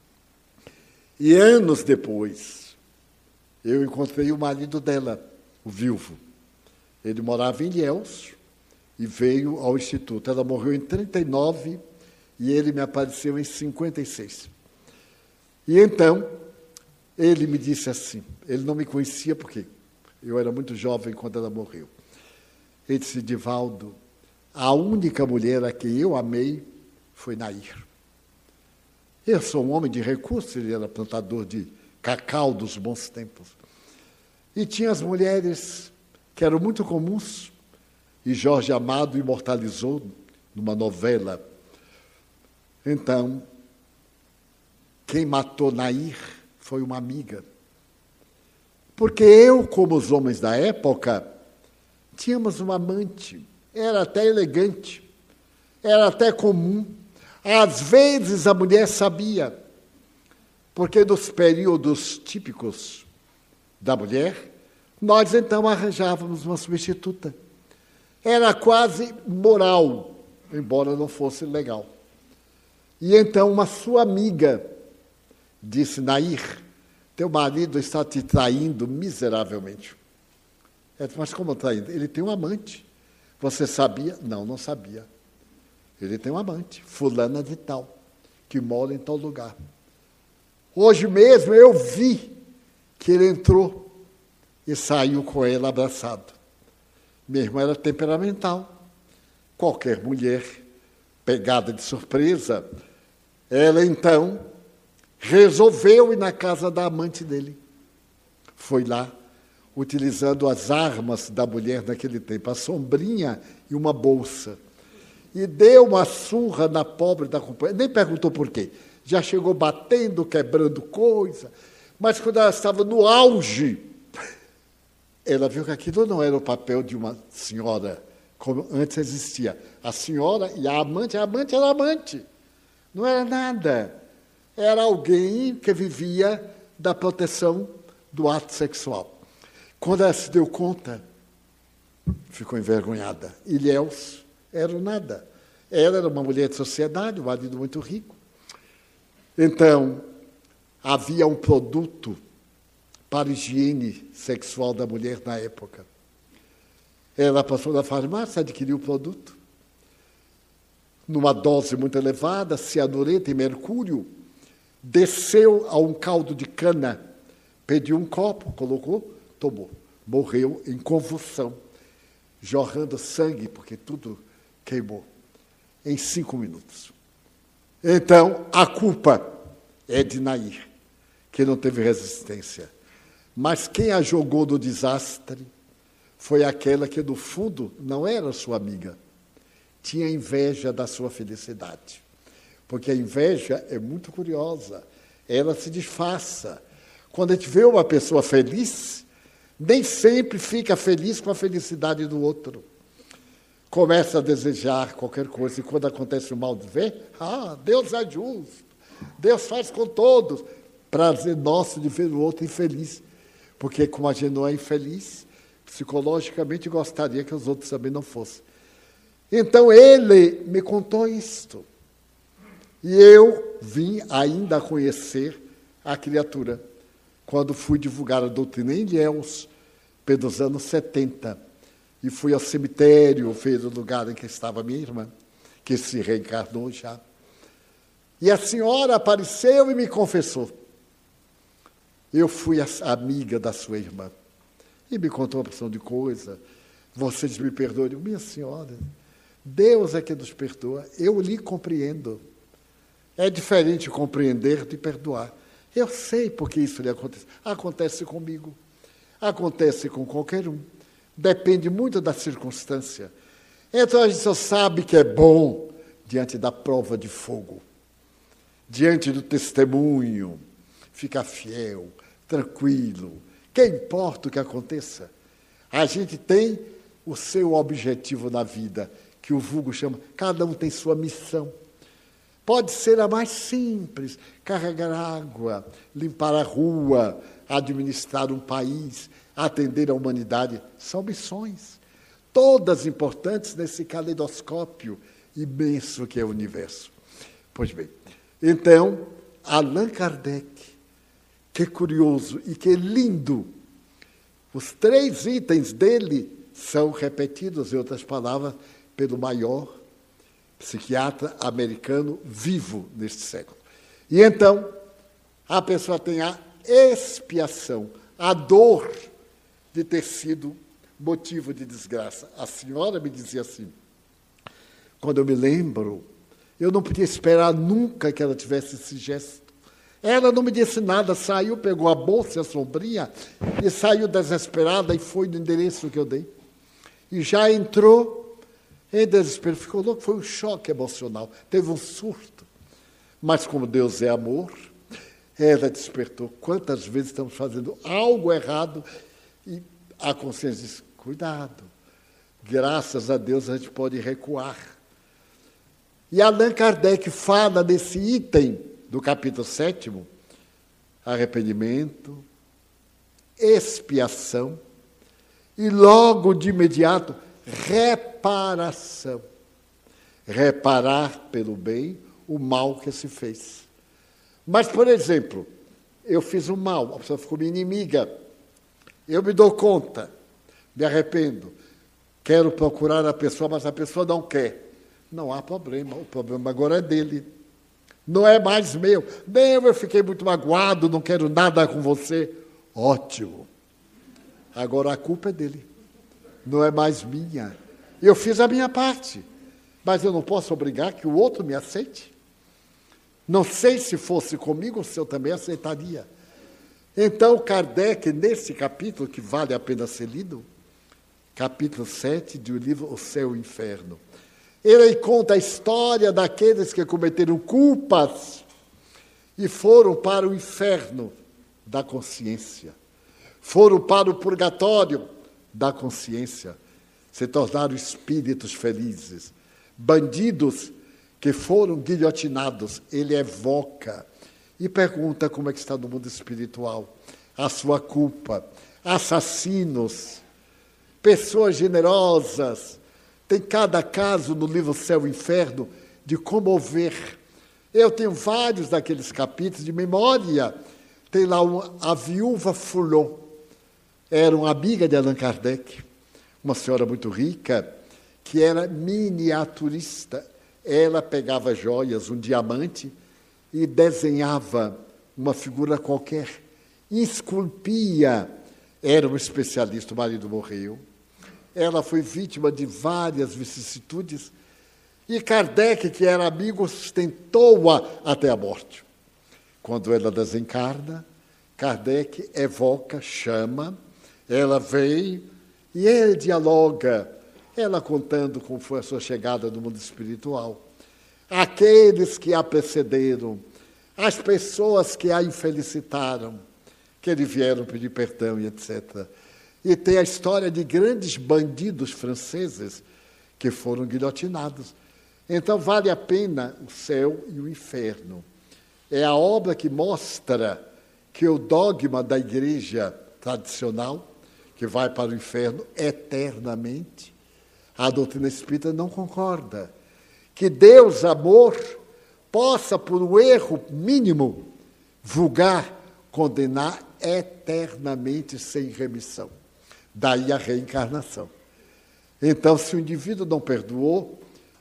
E anos depois, eu encontrei o marido dela, o viúvo. Ele morava em Ilhéus e veio ao Instituto. Ela morreu em 39 e ele me apareceu em 56. E então, ele me disse assim, ele não me conhecia porque eu era muito jovem quando ela morreu. Ele disse, Divaldo, a única mulher a quem eu amei foi Nair. Eu sou um homem de recursos, ele era plantador de cacau dos bons tempos. E tinha as mulheres que eram muito comuns, e Jorge Amado imortalizou numa novela. Então, quem matou Nair foi uma amiga. Porque eu, como os homens da época, tínhamos uma amante, era até elegante, era até comum. Às vezes a mulher sabia, porque nos períodos típicos da mulher, nós então arranjávamos uma substituta. Era quase moral, embora não fosse legal. E então uma sua amiga disse, Nair, teu marido está te traindo miseravelmente. Ela disse, mas como traindo? Ele tem um amante. Você sabia? Não, não sabia. Ele tem um amante, fulana de tal, que mora em tal lugar. Hoje mesmo eu vi que ele entrou e saiu com ela abraçado. Minha irmã era temperamental. Qualquer mulher pegada de surpresa, ela então resolveu ir na casa da amante dele. Foi lá, utilizando as armas da mulher naquele tempo, a sombrinha e uma bolsa. E deu uma surra na pobre da companheira, nem perguntou por quê. Já chegou batendo, quebrando coisa, mas quando ela estava no auge, ela viu que aquilo não era o papel de uma senhora, como antes existia. A senhora e a amante era amante. Não era nada. Era alguém que vivia da proteção do ato sexual. Quando ela se deu conta, ficou envergonhada. Ilhéus era nada. Ela era uma mulher de sociedade, um marido muito rico. Então, havia um produto para a higiene sexual da mulher na época. Ela passou na farmácia, adquiriu o produto, numa dose muito elevada, cianureto e mercúrio, desceu a um caldo de cana, pediu um copo, colocou, tomou. Morreu em convulsão, jorrando sangue, porque tudo queimou, em 5 minutos. Então, a culpa é de Nair, que não teve resistência. Mas quem a jogou no desastre foi aquela que, no fundo, não era sua amiga. Tinha inveja da sua felicidade. Porque a inveja é muito curiosa. Ela se disfarça. Quando a gente vê uma pessoa feliz, nem sempre fica feliz com a felicidade do outro. Começa a desejar qualquer coisa, e quando acontece o mal de ver, Deus é justo, Deus faz com todos. Prazer nosso de ver o outro infeliz. Porque, como a gente não é infeliz, psicologicamente gostaria que os outros também não fossem. Então, ele me contou isto. E eu vim ainda a conhecer a criatura, quando fui divulgar a doutrina em Ilhéus, pelos anos 70. E fui ao cemitério, ver o lugar em que estava minha irmã, que se reencarnou já. E a senhora apareceu e me confessou. Eu fui amiga da sua irmã. E me contou uma porção de coisa. Vocês me perdoem. Minha senhora, Deus é que nos perdoa. Eu lhe compreendo. É diferente compreender de perdoar. Eu sei porque isso lhe acontece. Acontece comigo. Acontece com qualquer um. Depende muito da circunstância. Então a gente só sabe que é bom diante da prova de fogo. Diante do testemunho. Ficar fiel, tranquilo. Que importa o que aconteça? A gente tem o seu objetivo na vida, que o vulgo chama, cada um tem sua missão. Pode ser a mais simples, carregar água, limpar a rua, administrar um país, atender a humanidade. São missões, todas importantes nesse caleidoscópio imenso que é o universo. Pois bem, então, Allan Kardec, que curioso e que lindo, os 3 itens dele são repetidos, em outras palavras, pelo maior psiquiatra americano vivo neste século. E então, a pessoa tem a expiação, a dor de ter sido motivo de desgraça. A senhora me dizia assim, quando eu me lembro, eu não podia esperar nunca que ela tivesse esse gesto. Ela não me disse nada, saiu, pegou a bolsa e a sombrinha e saiu desesperada e foi no endereço que eu dei. E já entrou em desespero, ficou louco, foi um choque emocional, teve um surto. Mas como Deus é amor, ela despertou. Quantas vezes estamos fazendo algo errado e a consciência diz, cuidado, graças a Deus a gente pode recuar. E Allan Kardec fala desse item do capítulo 7º, arrependimento, expiação e logo de imediato reparação. Reparar pelo bem o mal que se fez. Mas, por exemplo, eu fiz um mal, a pessoa ficou minha inimiga, eu me dou conta, me arrependo, quero procurar a pessoa, mas a pessoa não quer. Não há problema, o problema agora é dele. Não é mais meu. Bem, eu fiquei muito magoado, não quero nada com você. Ótimo. Agora a culpa é dele. Não é mais minha. Eu fiz a minha parte. Mas eu não posso obrigar que o outro me aceite. Não sei se fosse comigo, se eu também aceitaria. Então, Kardec, nesse capítulo, que vale a pena ser lido, capítulo 7 do livro O Céu e o Inferno, ele conta a história daqueles que cometeram culpas e foram para o inferno da consciência, foram para o purgatório da consciência, se tornaram espíritos felizes, bandidos que foram guilhotinados. Ele evoca e pergunta como é que está no mundo espiritual, a sua culpa, assassinos, pessoas generosas. Tem cada caso no livro Céu e Inferno de comover. Eu tenho vários daqueles capítulos de memória. Tem lá a viúva Foulon, era uma amiga de Allan Kardec, uma senhora muito rica, que era miniaturista. Ela pegava joias, um diamante, e desenhava uma figura qualquer, esculpia. Era um especialista, o marido morreu. Ela foi vítima de várias vicissitudes, e Kardec, que era amigo, sustentou-a até a morte. Quando ela desencarna, Kardec evoca, chama, ela vem e ele dialoga, ela contando como foi a sua chegada no mundo espiritual. Aqueles que a precederam, as pessoas que a infelicitaram, que lhe vieram pedir perdão e etc. E tem a história de grandes bandidos franceses que foram guilhotinados. Então, vale a pena O Céu e o Inferno. É a obra que mostra que o dogma da igreja tradicional, que vai para o inferno eternamente, a doutrina espírita não concorda. Que Deus, amor, possa, por um erro mínimo, vulgar, condenar eternamente sem remissão. Daí a reencarnação. Então, se o indivíduo não perdoou,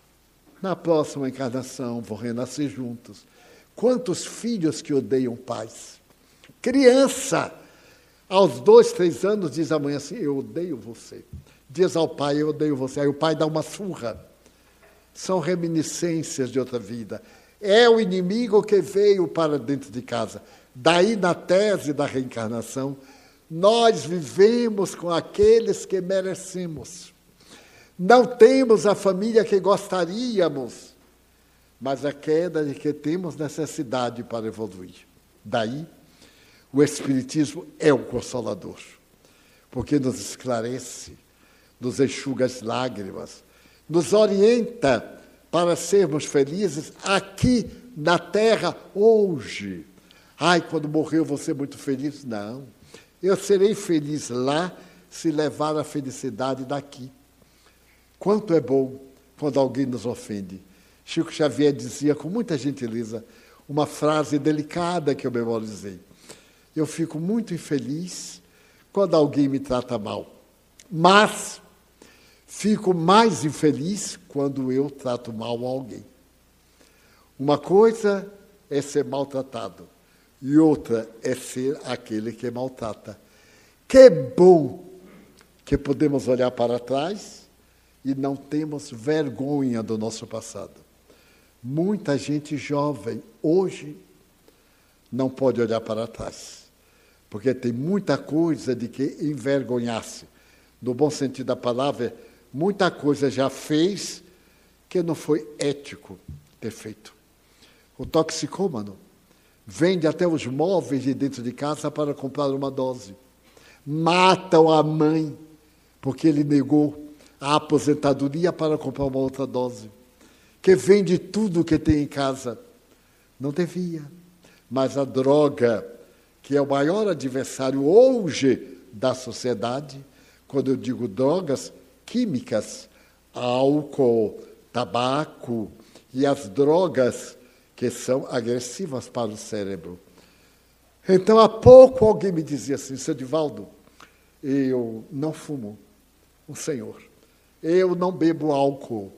na próxima encarnação vão renascer juntos. Quantos filhos que odeiam pais? Criança, aos 2, 3 anos, diz à mãe assim, eu odeio você. Diz ao pai, eu odeio você. Aí o pai dá uma surra. São reminiscências de outra vida. É o inimigo que veio para dentro de casa. Daí, na tese da reencarnação, nós vivemos com aqueles que merecemos. Não temos a família que gostaríamos, mas a queda de que temos necessidade para evoluir. Daí, o Espiritismo é o consolador, porque nos esclarece, nos enxuga as lágrimas, nos orienta para sermos felizes aqui na Terra, hoje. Ai, quando morrer eu vou ser muito feliz. Não, eu serei feliz lá se levar a felicidade daqui. Quanto é bom quando alguém nos ofende. Chico Xavier dizia com muita gentileza uma frase delicada que eu memorizei. Eu fico muito infeliz quando alguém me trata mal, mas fico mais infeliz quando eu trato mal alguém. Uma coisa é ser maltratado e outra é ser aquele que maltrata. Que bom que podemos olhar para trás e não temos vergonha do nosso passado. Muita gente jovem hoje não pode olhar para trás, porque tem muita coisa de que envergonhar-se. No bom sentido da palavra, muita coisa já fez que não foi ético ter feito. O toxicômano vende até os móveis de dentro de casa para comprar uma dose. Matam a mãe porque ele negou a aposentadoria para comprar uma outra dose. Que vende tudo que tem em casa. Não devia. Mas a droga, que é o maior adversário hoje da sociedade, quando eu digo drogas químicas, álcool, tabaco e as drogas que são agressivas para o cérebro. Então, há pouco alguém me dizia assim, seu Divaldo, eu não fumo, o senhor. Eu não bebo álcool.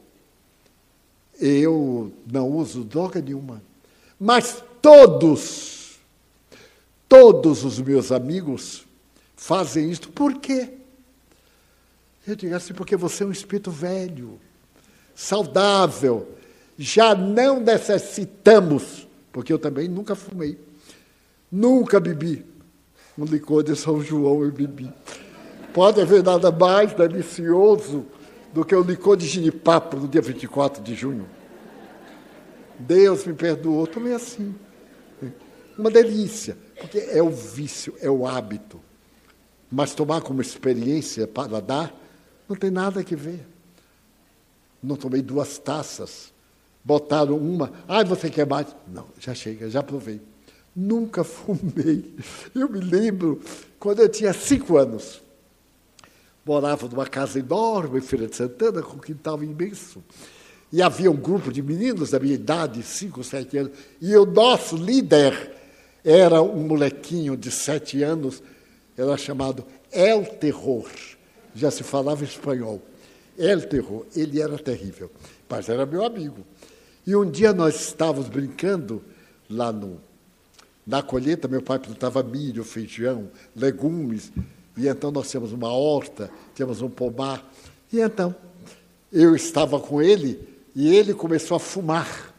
Eu não uso droga nenhuma. Mas todos os meus amigos fazem isto. Por quê? Eu digo assim, porque você é um espírito velho, saudável. Já não necessitamos, porque eu também nunca fumei, nunca bebi um licor de São João eu bebi. Pode haver nada mais delicioso do que o licor de ginipapo no dia 24 de junho. Deus me perdoou, tomei assim. Uma delícia, porque é o vício, é o hábito. Mas tomar como experiência para dar, não tem nada que ver. Não tomei 2 taças, botaram uma, você quer mais? Não, já chega, já provei. Nunca fumei. Eu me lembro, quando eu tinha 5 anos, morava numa casa enorme em Feira de Santana, com um quintal imenso. E havia um grupo de meninos da minha idade, 5, 7 anos, e o nosso líder era um molequinho de 7 anos, era chamado El Terror, já se falava espanhol. El Terror, ele era terrível, mas era meu amigo. E um dia nós estávamos brincando lá na colheita, meu pai plantava milho, feijão, legumes, e então nós tínhamos uma horta, tínhamos um pomar. E então, eu estava com ele, e ele começou a fumar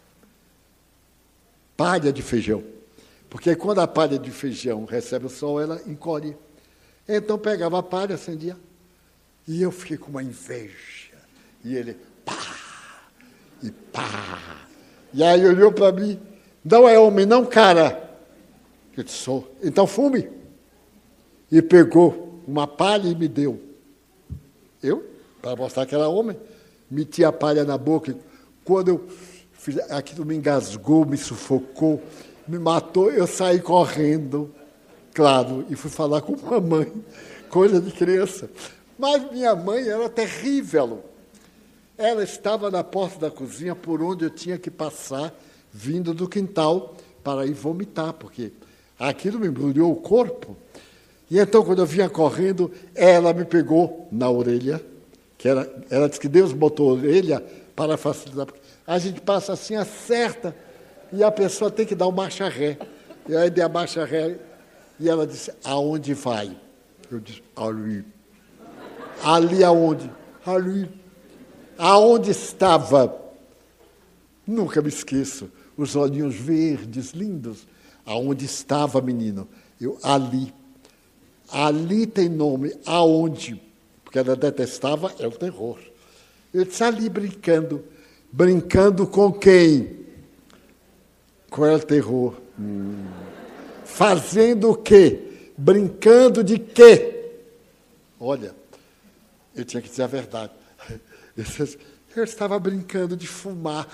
palha de feijão. Porque quando a palha de feijão recebe o sol, ela encolhe. Então pegava a palha, acendia, e eu fiquei com uma inveja. E ele, pá, e pá. E aí olhou para mim, não é homem não, cara. Eu disse, sou. Então fume. E pegou uma palha e me deu. Eu, para mostrar que era homem, meti a palha na boca. Quando eu fiz, aquilo me engasgou, me sufocou, me matou, eu saí correndo, claro, e fui falar com a mãe, coisa de criança. Mas minha mãe era terrível. Ela estava na porta da cozinha por onde eu tinha que passar, vindo do quintal, para ir vomitar, porque aquilo me embrulhou o corpo. E então, quando eu vinha correndo, ela me pegou na orelha, ela disse que Deus botou a orelha para facilitar. A gente passa assim, acerta, e a pessoa tem que dar o marcha ré. E aí dei a marcha ré, e ela disse, aonde vai? Eu disse, ali. Ali aonde? Ali. Aonde estava? Nunca me esqueço, os olhinhos verdes, lindos. Aonde estava, menino? Eu, ali. Ali tem nome, aonde? Porque ela detestava, é o terror. Eu disse, ali brincando. Brincando com quem? Com o terror. Fazendo o quê? Brincando de quê? Olha, eu tinha que dizer a verdade. Eu estava brincando de fumar.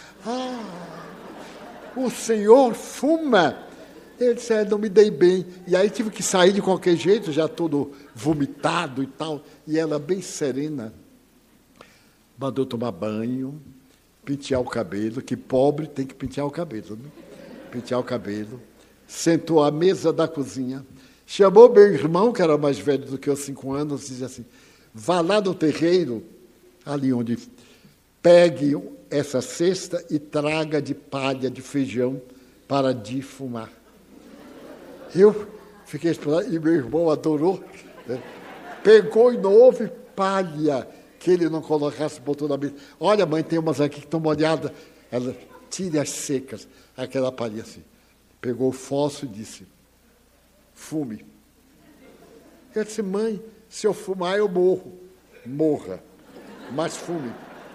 O senhor fuma? Eu disse, não me dei bem. E aí tive que sair de qualquer jeito, já todo vomitado e tal. E ela, bem serena, mandou tomar banho, pentear o cabelo, que pobre tem que pentear o cabelo, né? Pentear o cabelo. Sentou à mesa da cozinha, chamou meu irmão, que era mais velho do que eu, 5 anos, e disse assim, vá lá no terreiro, ali onde, pegue essa cesta e traga de palha de feijão para defumar. Eu fiquei esperando, e meu irmão adorou, né? Pegou e não houve palha que ele não colocasse, botou na mesa. Olha, mãe, tem umas aqui que estão molhadas. Ela, tire as secas, aquela palha assim. Pegou o fósforo e disse, fume. Eu disse, mãe, se eu fumar eu morro. Morra, mas fume.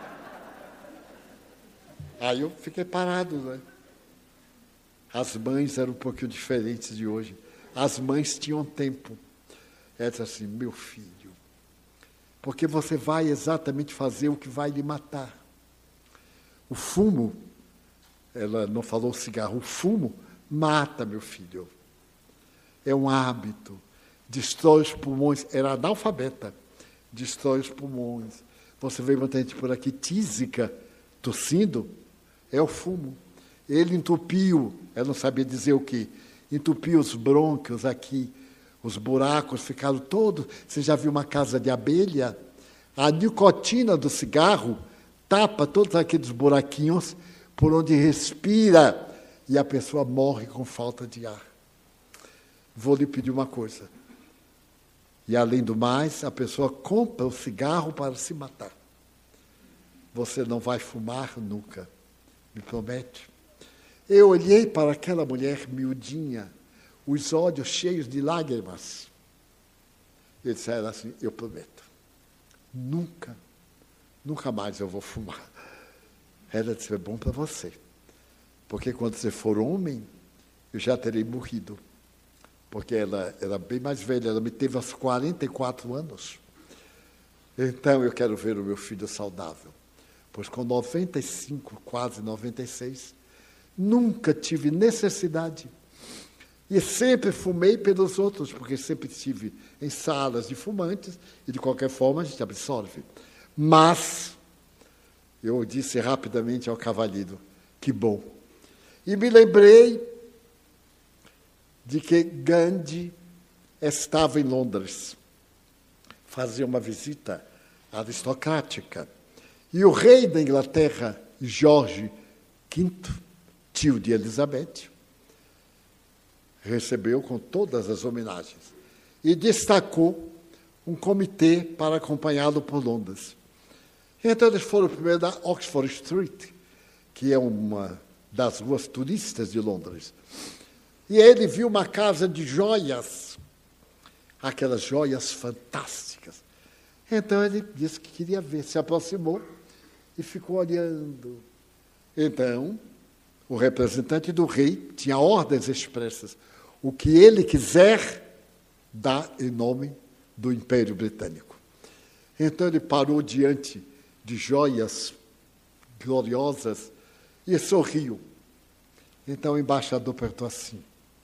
Aí eu fiquei parado, né? As mães eram um pouquinho diferentes de hoje. As mães tinham tempo. Ela disse assim, meu filho, porque você vai exatamente fazer o que vai lhe matar. O fumo, ela não falou cigarro, o fumo mata, meu filho. É um hábito. Destrói os pulmões. Era analfabeta. Destrói os pulmões. Você vê muita gente por aqui tísica, tossindo, é o fumo. Ele entupiu, ela não sabia dizer o quê, entupiu os brônquios aqui, os buracos ficaram todos. Você já viu uma casa de abelha? A nicotina do cigarro tapa todos aqueles buraquinhos por onde respira e a pessoa morre com falta de ar. Vou lhe pedir uma coisa. E, além do mais, a pessoa compra o cigarro para se matar. Você não vai fumar nunca, me promete? Eu olhei para aquela mulher miudinha, os olhos cheios de lágrimas. Ele disse assim, eu prometo, nunca mais eu vou fumar. Ela disse, é bom para você, porque quando você for homem, eu já terei morrido. Porque ela era bem mais velha, ela me teve aos 44 anos. Então eu quero ver o meu filho saudável. Pois com 95, quase 96, nunca tive necessidade. E sempre fumei pelos outros, porque sempre estive em salas de fumantes, e de qualquer forma a gente absorve. Mas, eu disse rapidamente ao cavalheiro, que bom. E me lembrei de que Gandhi estava em Londres, fazia uma visita aristocrática. E o rei da Inglaterra, Jorge V, tio de Elizabeth, recebeu com todas as homenagens e destacou um comitê para acompanhá-lo por Londres. Então eles foram primeiro da Oxford Street, que é uma das ruas turísticas de Londres. E ele viu uma casa de joias, aquelas joias fantásticas. Então ele disse que queria ver, se aproximou e ficou olhando. Então, o representante do rei tinha ordens expressas. O que ele quiser, dá em nome do Império Britânico. Então ele parou diante de joias gloriosas e sorriu. Então o embaixador perguntou assim,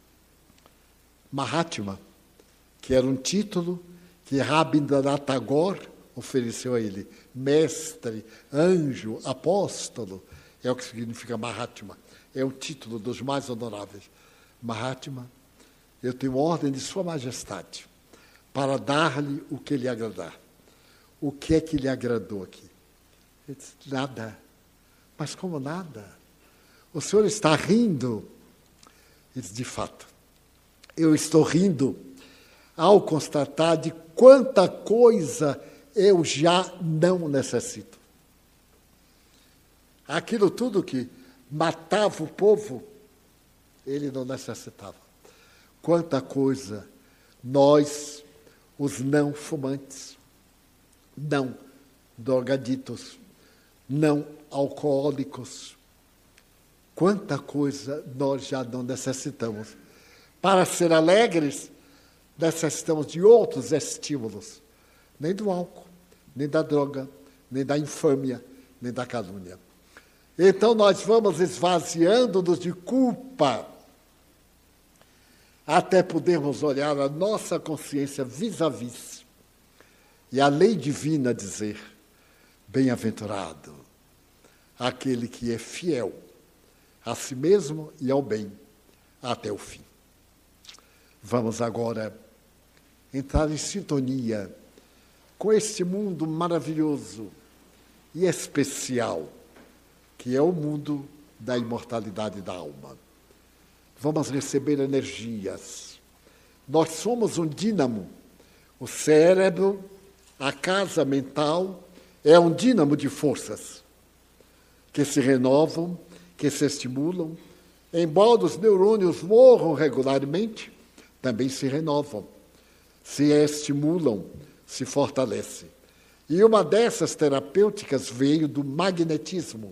Mahatma, que era um título que Rabindranath Tagore ofereceu a ele, mestre, anjo, apóstolo, é o que significa Mahatma, é um título dos mais honoráveis. Mahatma, eu tenho ordem de Sua Majestade para dar-lhe o que lhe agradar. O que é que lhe agradou aqui? Ele disse, nada. Mas como nada? O senhor está rindo? Ele disse, de fato, eu estou rindo ao constatar de quanta coisa eu já não necessito. Aquilo tudo que matava o povo, ele não necessitava. Quanta coisa nós, os não fumantes, não drogaditos, não alcoólicos, quanta coisa nós já não necessitamos. Para ser alegres, necessitamos de outros estímulos, nem do álcool, nem da droga, nem da infâmia, nem da calúnia. Então nós vamos esvaziando-nos de culpa, até podermos olhar a nossa consciência vis-à-vis e a lei divina dizer, bem-aventurado aquele que é fiel a si mesmo e ao bem até o fim. Vamos agora entrar em sintonia com este mundo maravilhoso e especial, que é o mundo da imortalidade da alma. Vamos receber energias. Nós somos um dínamo. O cérebro, a casa mental, é um dínamo de forças que se renovam, que se estimulam. Embora os neurônios morram regularmente, também se renovam, se estimulam, se fortalecem. E uma dessas terapêuticas veio do magnetismo.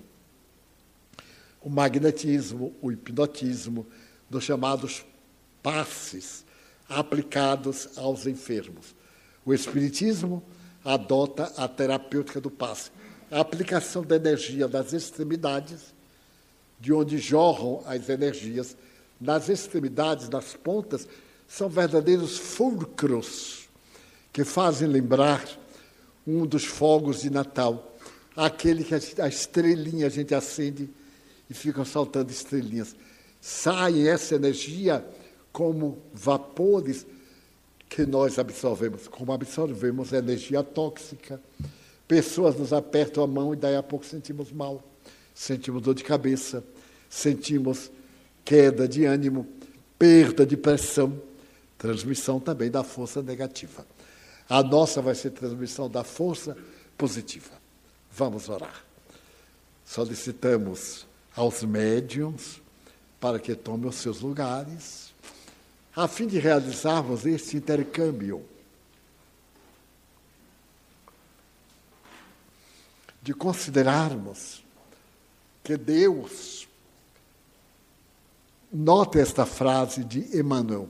O magnetismo, o hipnotismo, dos chamados passes aplicados aos enfermos. O espiritismo adota a terapêutica do passe, a aplicação da energia das extremidades, de onde jorram as energias, nas extremidades, nas pontas, são verdadeiros fulcros que fazem lembrar um dos fogos de Natal, aquele que a estrelinha a gente acende e ficam saltando estrelinhas. Sai essa energia como vapores que nós absorvemos, como absorvemos a energia tóxica. Pessoas nos apertam a mão e daí a pouco sentimos mal, sentimos dor de cabeça, sentimos queda de ânimo, perda de pressão, transmissão também da força negativa. A nossa vai ser transmissão da força positiva. Vamos orar. Solicitamos aos médiuns para que tomem os seus lugares, a fim de realizarmos este intercâmbio, de considerarmos que Deus, note esta frase de Emmanuel,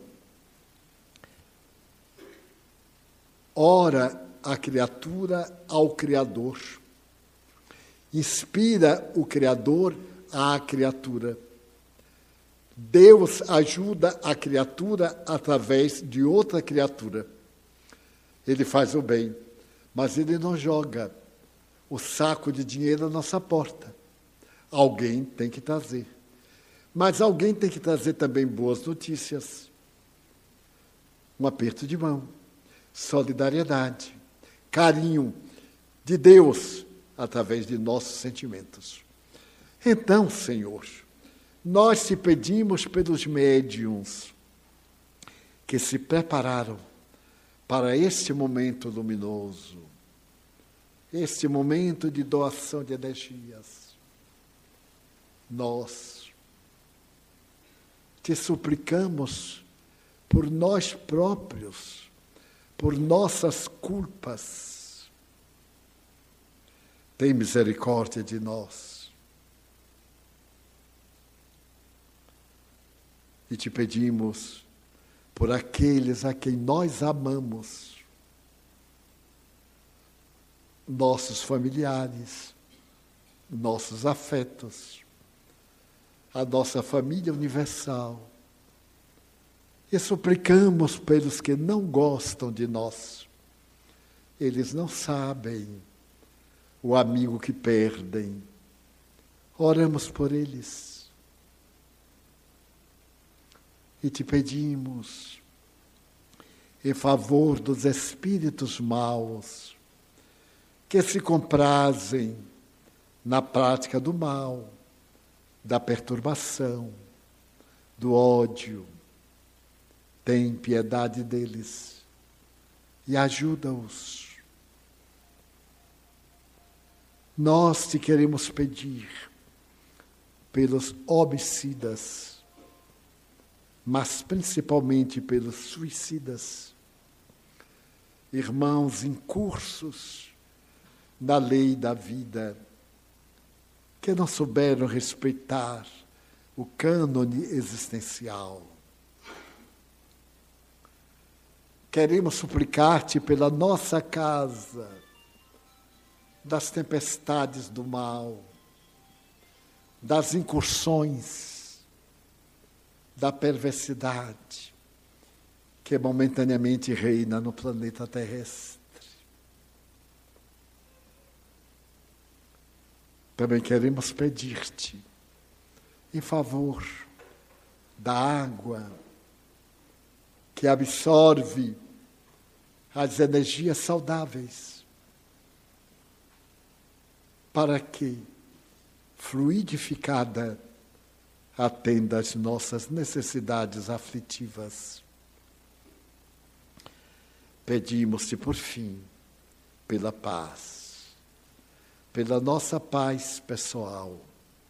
ora a criatura ao Criador, inspira o Criador à criatura. Deus ajuda a criatura através de outra criatura. Ele faz o bem, mas ele não joga o saco de dinheiro na nossa porta. Alguém tem que trazer. Mas alguém tem que trazer também boas notícias. Um aperto de mão, solidariedade, carinho de Deus através de nossos sentimentos. Então, Senhor, nós te pedimos pelos médiuns que se prepararam para este momento luminoso, este momento de doação de energias. Nós te suplicamos por nós próprios, por nossas culpas. Tem misericórdia de nós. E te pedimos por aqueles a quem nós amamos, nossos familiares, nossos afetos, a nossa família universal. E suplicamos pelos que não gostam de nós. Eles não sabem o amigo que perdem. Oramos por eles. E te pedimos, em favor dos espíritos maus, que se comprazem na prática do mal, da perturbação, do ódio. Tem piedade deles e ajuda-os. Nós te queremos pedir pelos homicidas, mas principalmente pelos suicidas, irmãos incursos na lei da vida, que não souberam respeitar o cânone existencial. Queremos suplicar-te pela nossa casa, das tempestades do mal, das incursões, da perversidade que momentaneamente reina no planeta terrestre. Também queremos pedir-te em favor da água que absorve as energias saudáveis, para que, fluidificada, atenda às nossas necessidades aflitivas. Pedimos-te, por fim, pela paz, pela nossa paz pessoal,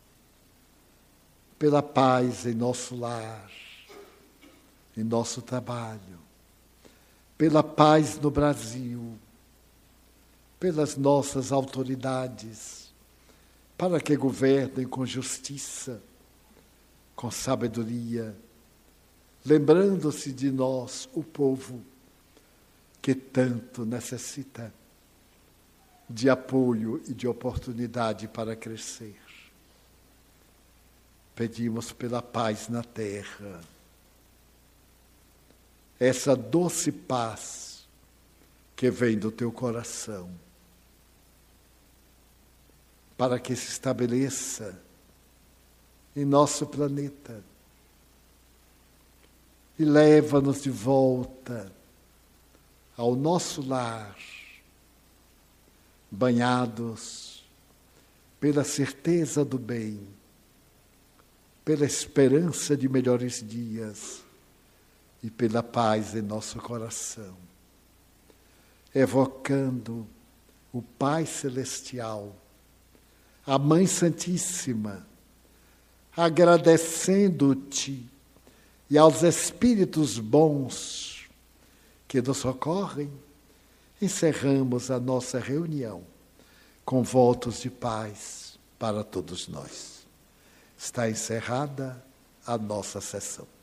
pela paz em nosso lar, em nosso trabalho, pela paz no Brasil, pelas nossas autoridades, para que governem com justiça, com sabedoria, lembrando-se de nós, o povo, que tanto necessita de apoio e de oportunidade para crescer. Pedimos pela paz na terra, essa doce paz que vem do teu coração, para que se estabeleça em nosso planeta e leva-nos de volta ao nosso lar, banhados pela certeza do bem, pela esperança de melhores dias e pela paz em nosso coração, evocando o Pai Celestial, a Mãe Santíssima, agradecendo-te e aos espíritos bons que nos socorrem, encerramos a nossa reunião com votos de paz para todos nós. Está encerrada a nossa sessão.